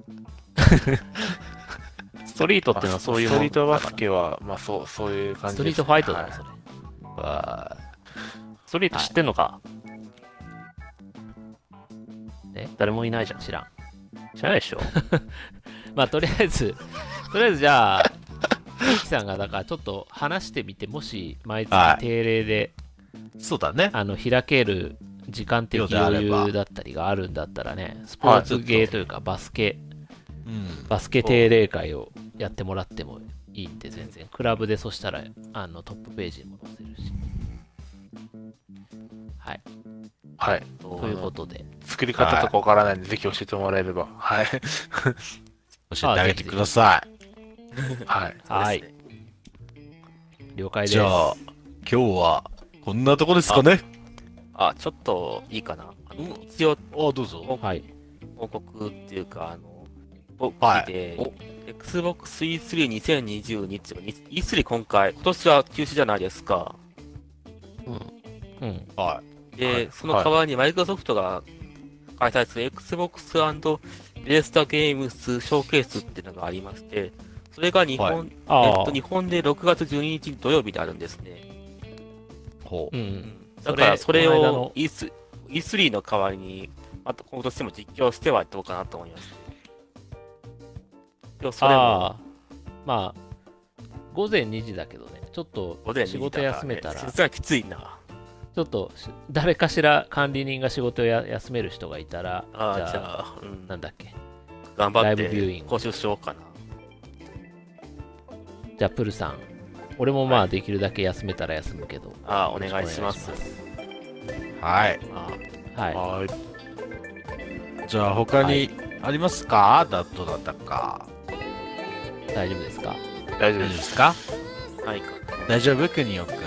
ストリートっていうのはそういうもんストリートバスケは、まあそういう感じですね。 ストリートファイトだろ、 はいそれ。 ストリート知ってんのか、 え誰もいないじゃん、知らん。知らないでしょ。 まあ、とりあえずじゃあ、ゆきさんがだからちょっと話してみて、もし毎はい月定例で、 そうだね。 開ける時間的余裕だったりがあるんだったらね、スポーツゲーというかバスケ定例会をやってもらってもいいんで、全然。クラブでそしたらトップページにも載せるし。はい。 はい。 ということで。 作り方とかわからないんで、ぜひ教えてもらえれば。はい。 教えてあげてください。 はい。 はい。了解です。 じゃあ、今日はこんなとこですかね。 ちょっといいかな。一応、 どうぞ。 はい。 報告っていうか、僕はいで、Xbox E32022 っていうか、E3 今年は休止じゃないですか。 うん。 はで、その代わりにマイクロソフトが開催する Xbox& ベースタゲームスショーケースっていうのがありまして、それが日本、日本で6月12日土曜日であるんですね。 ほう。 だからそれこの間のを E3 の代わりに、あと今年も実況してはどうかなと思います。それもまあ、午前2時だけどね、ちょっと仕事休めたら、 実はきついな。 ちょっと誰かしら管理人が仕事を休める人がいたら、じゃあ、なんだっけ、 頑張っライブビューイングて講習しようかな。 じゃあ、プルさん、俺もまあできるだけ休めたら休むけど、 お願いします。 はい。 はい。 はい。 じゃあ他にありますか？ダットだったか。 大丈夫ですか？ 大丈夫で。 大丈夫ですすか？ ないか。 大丈夫？国尾くん。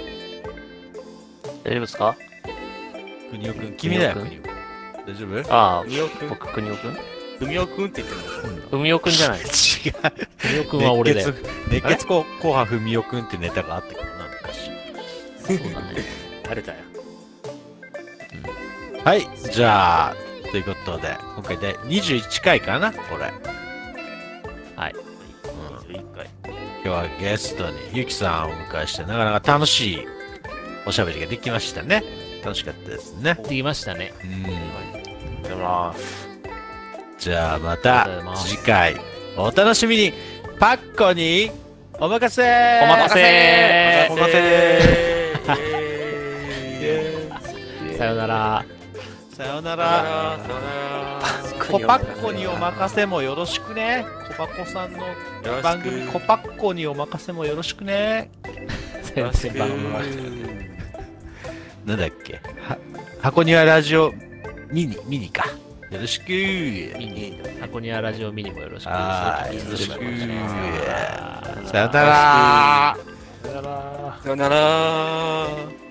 大丈夫ですか？ 国尾くん。君だよ、 国国尾くん。大丈夫？ 国尾くん。 ふみおくんって言ってるの？ ふみおくんじゃない？ 違う。 ふみおくんは俺だよ。 熱血後半ふみおくんってネタがあったけどな、昔。 そうだね。 誰だよ。 はい、じゃあ、ということで、今回で21回かな、これ。 はい。 21回。 今日はゲストにゆきさんをお迎えして、なかなか楽しいおしゃべりができましたね。楽しかったですね。 できましたね。 うん。 ありがとうございます。 じゃあまありがとうございたます次回お楽しみに。パッコにお任せお任せお任せさよなら。 さよなさよなら。 ら。さよなら。 コパッコにお任せもよろしくね。コパコさんの番組コパッコにお任せもよろしくね。 よろしく。 なんだっけ、箱庭ラジオミニか。よろしく。 箱庭ラジオミニもよろしく。 はい、よろしく。 お願いしますさよなら。 さよなら。 さよなら。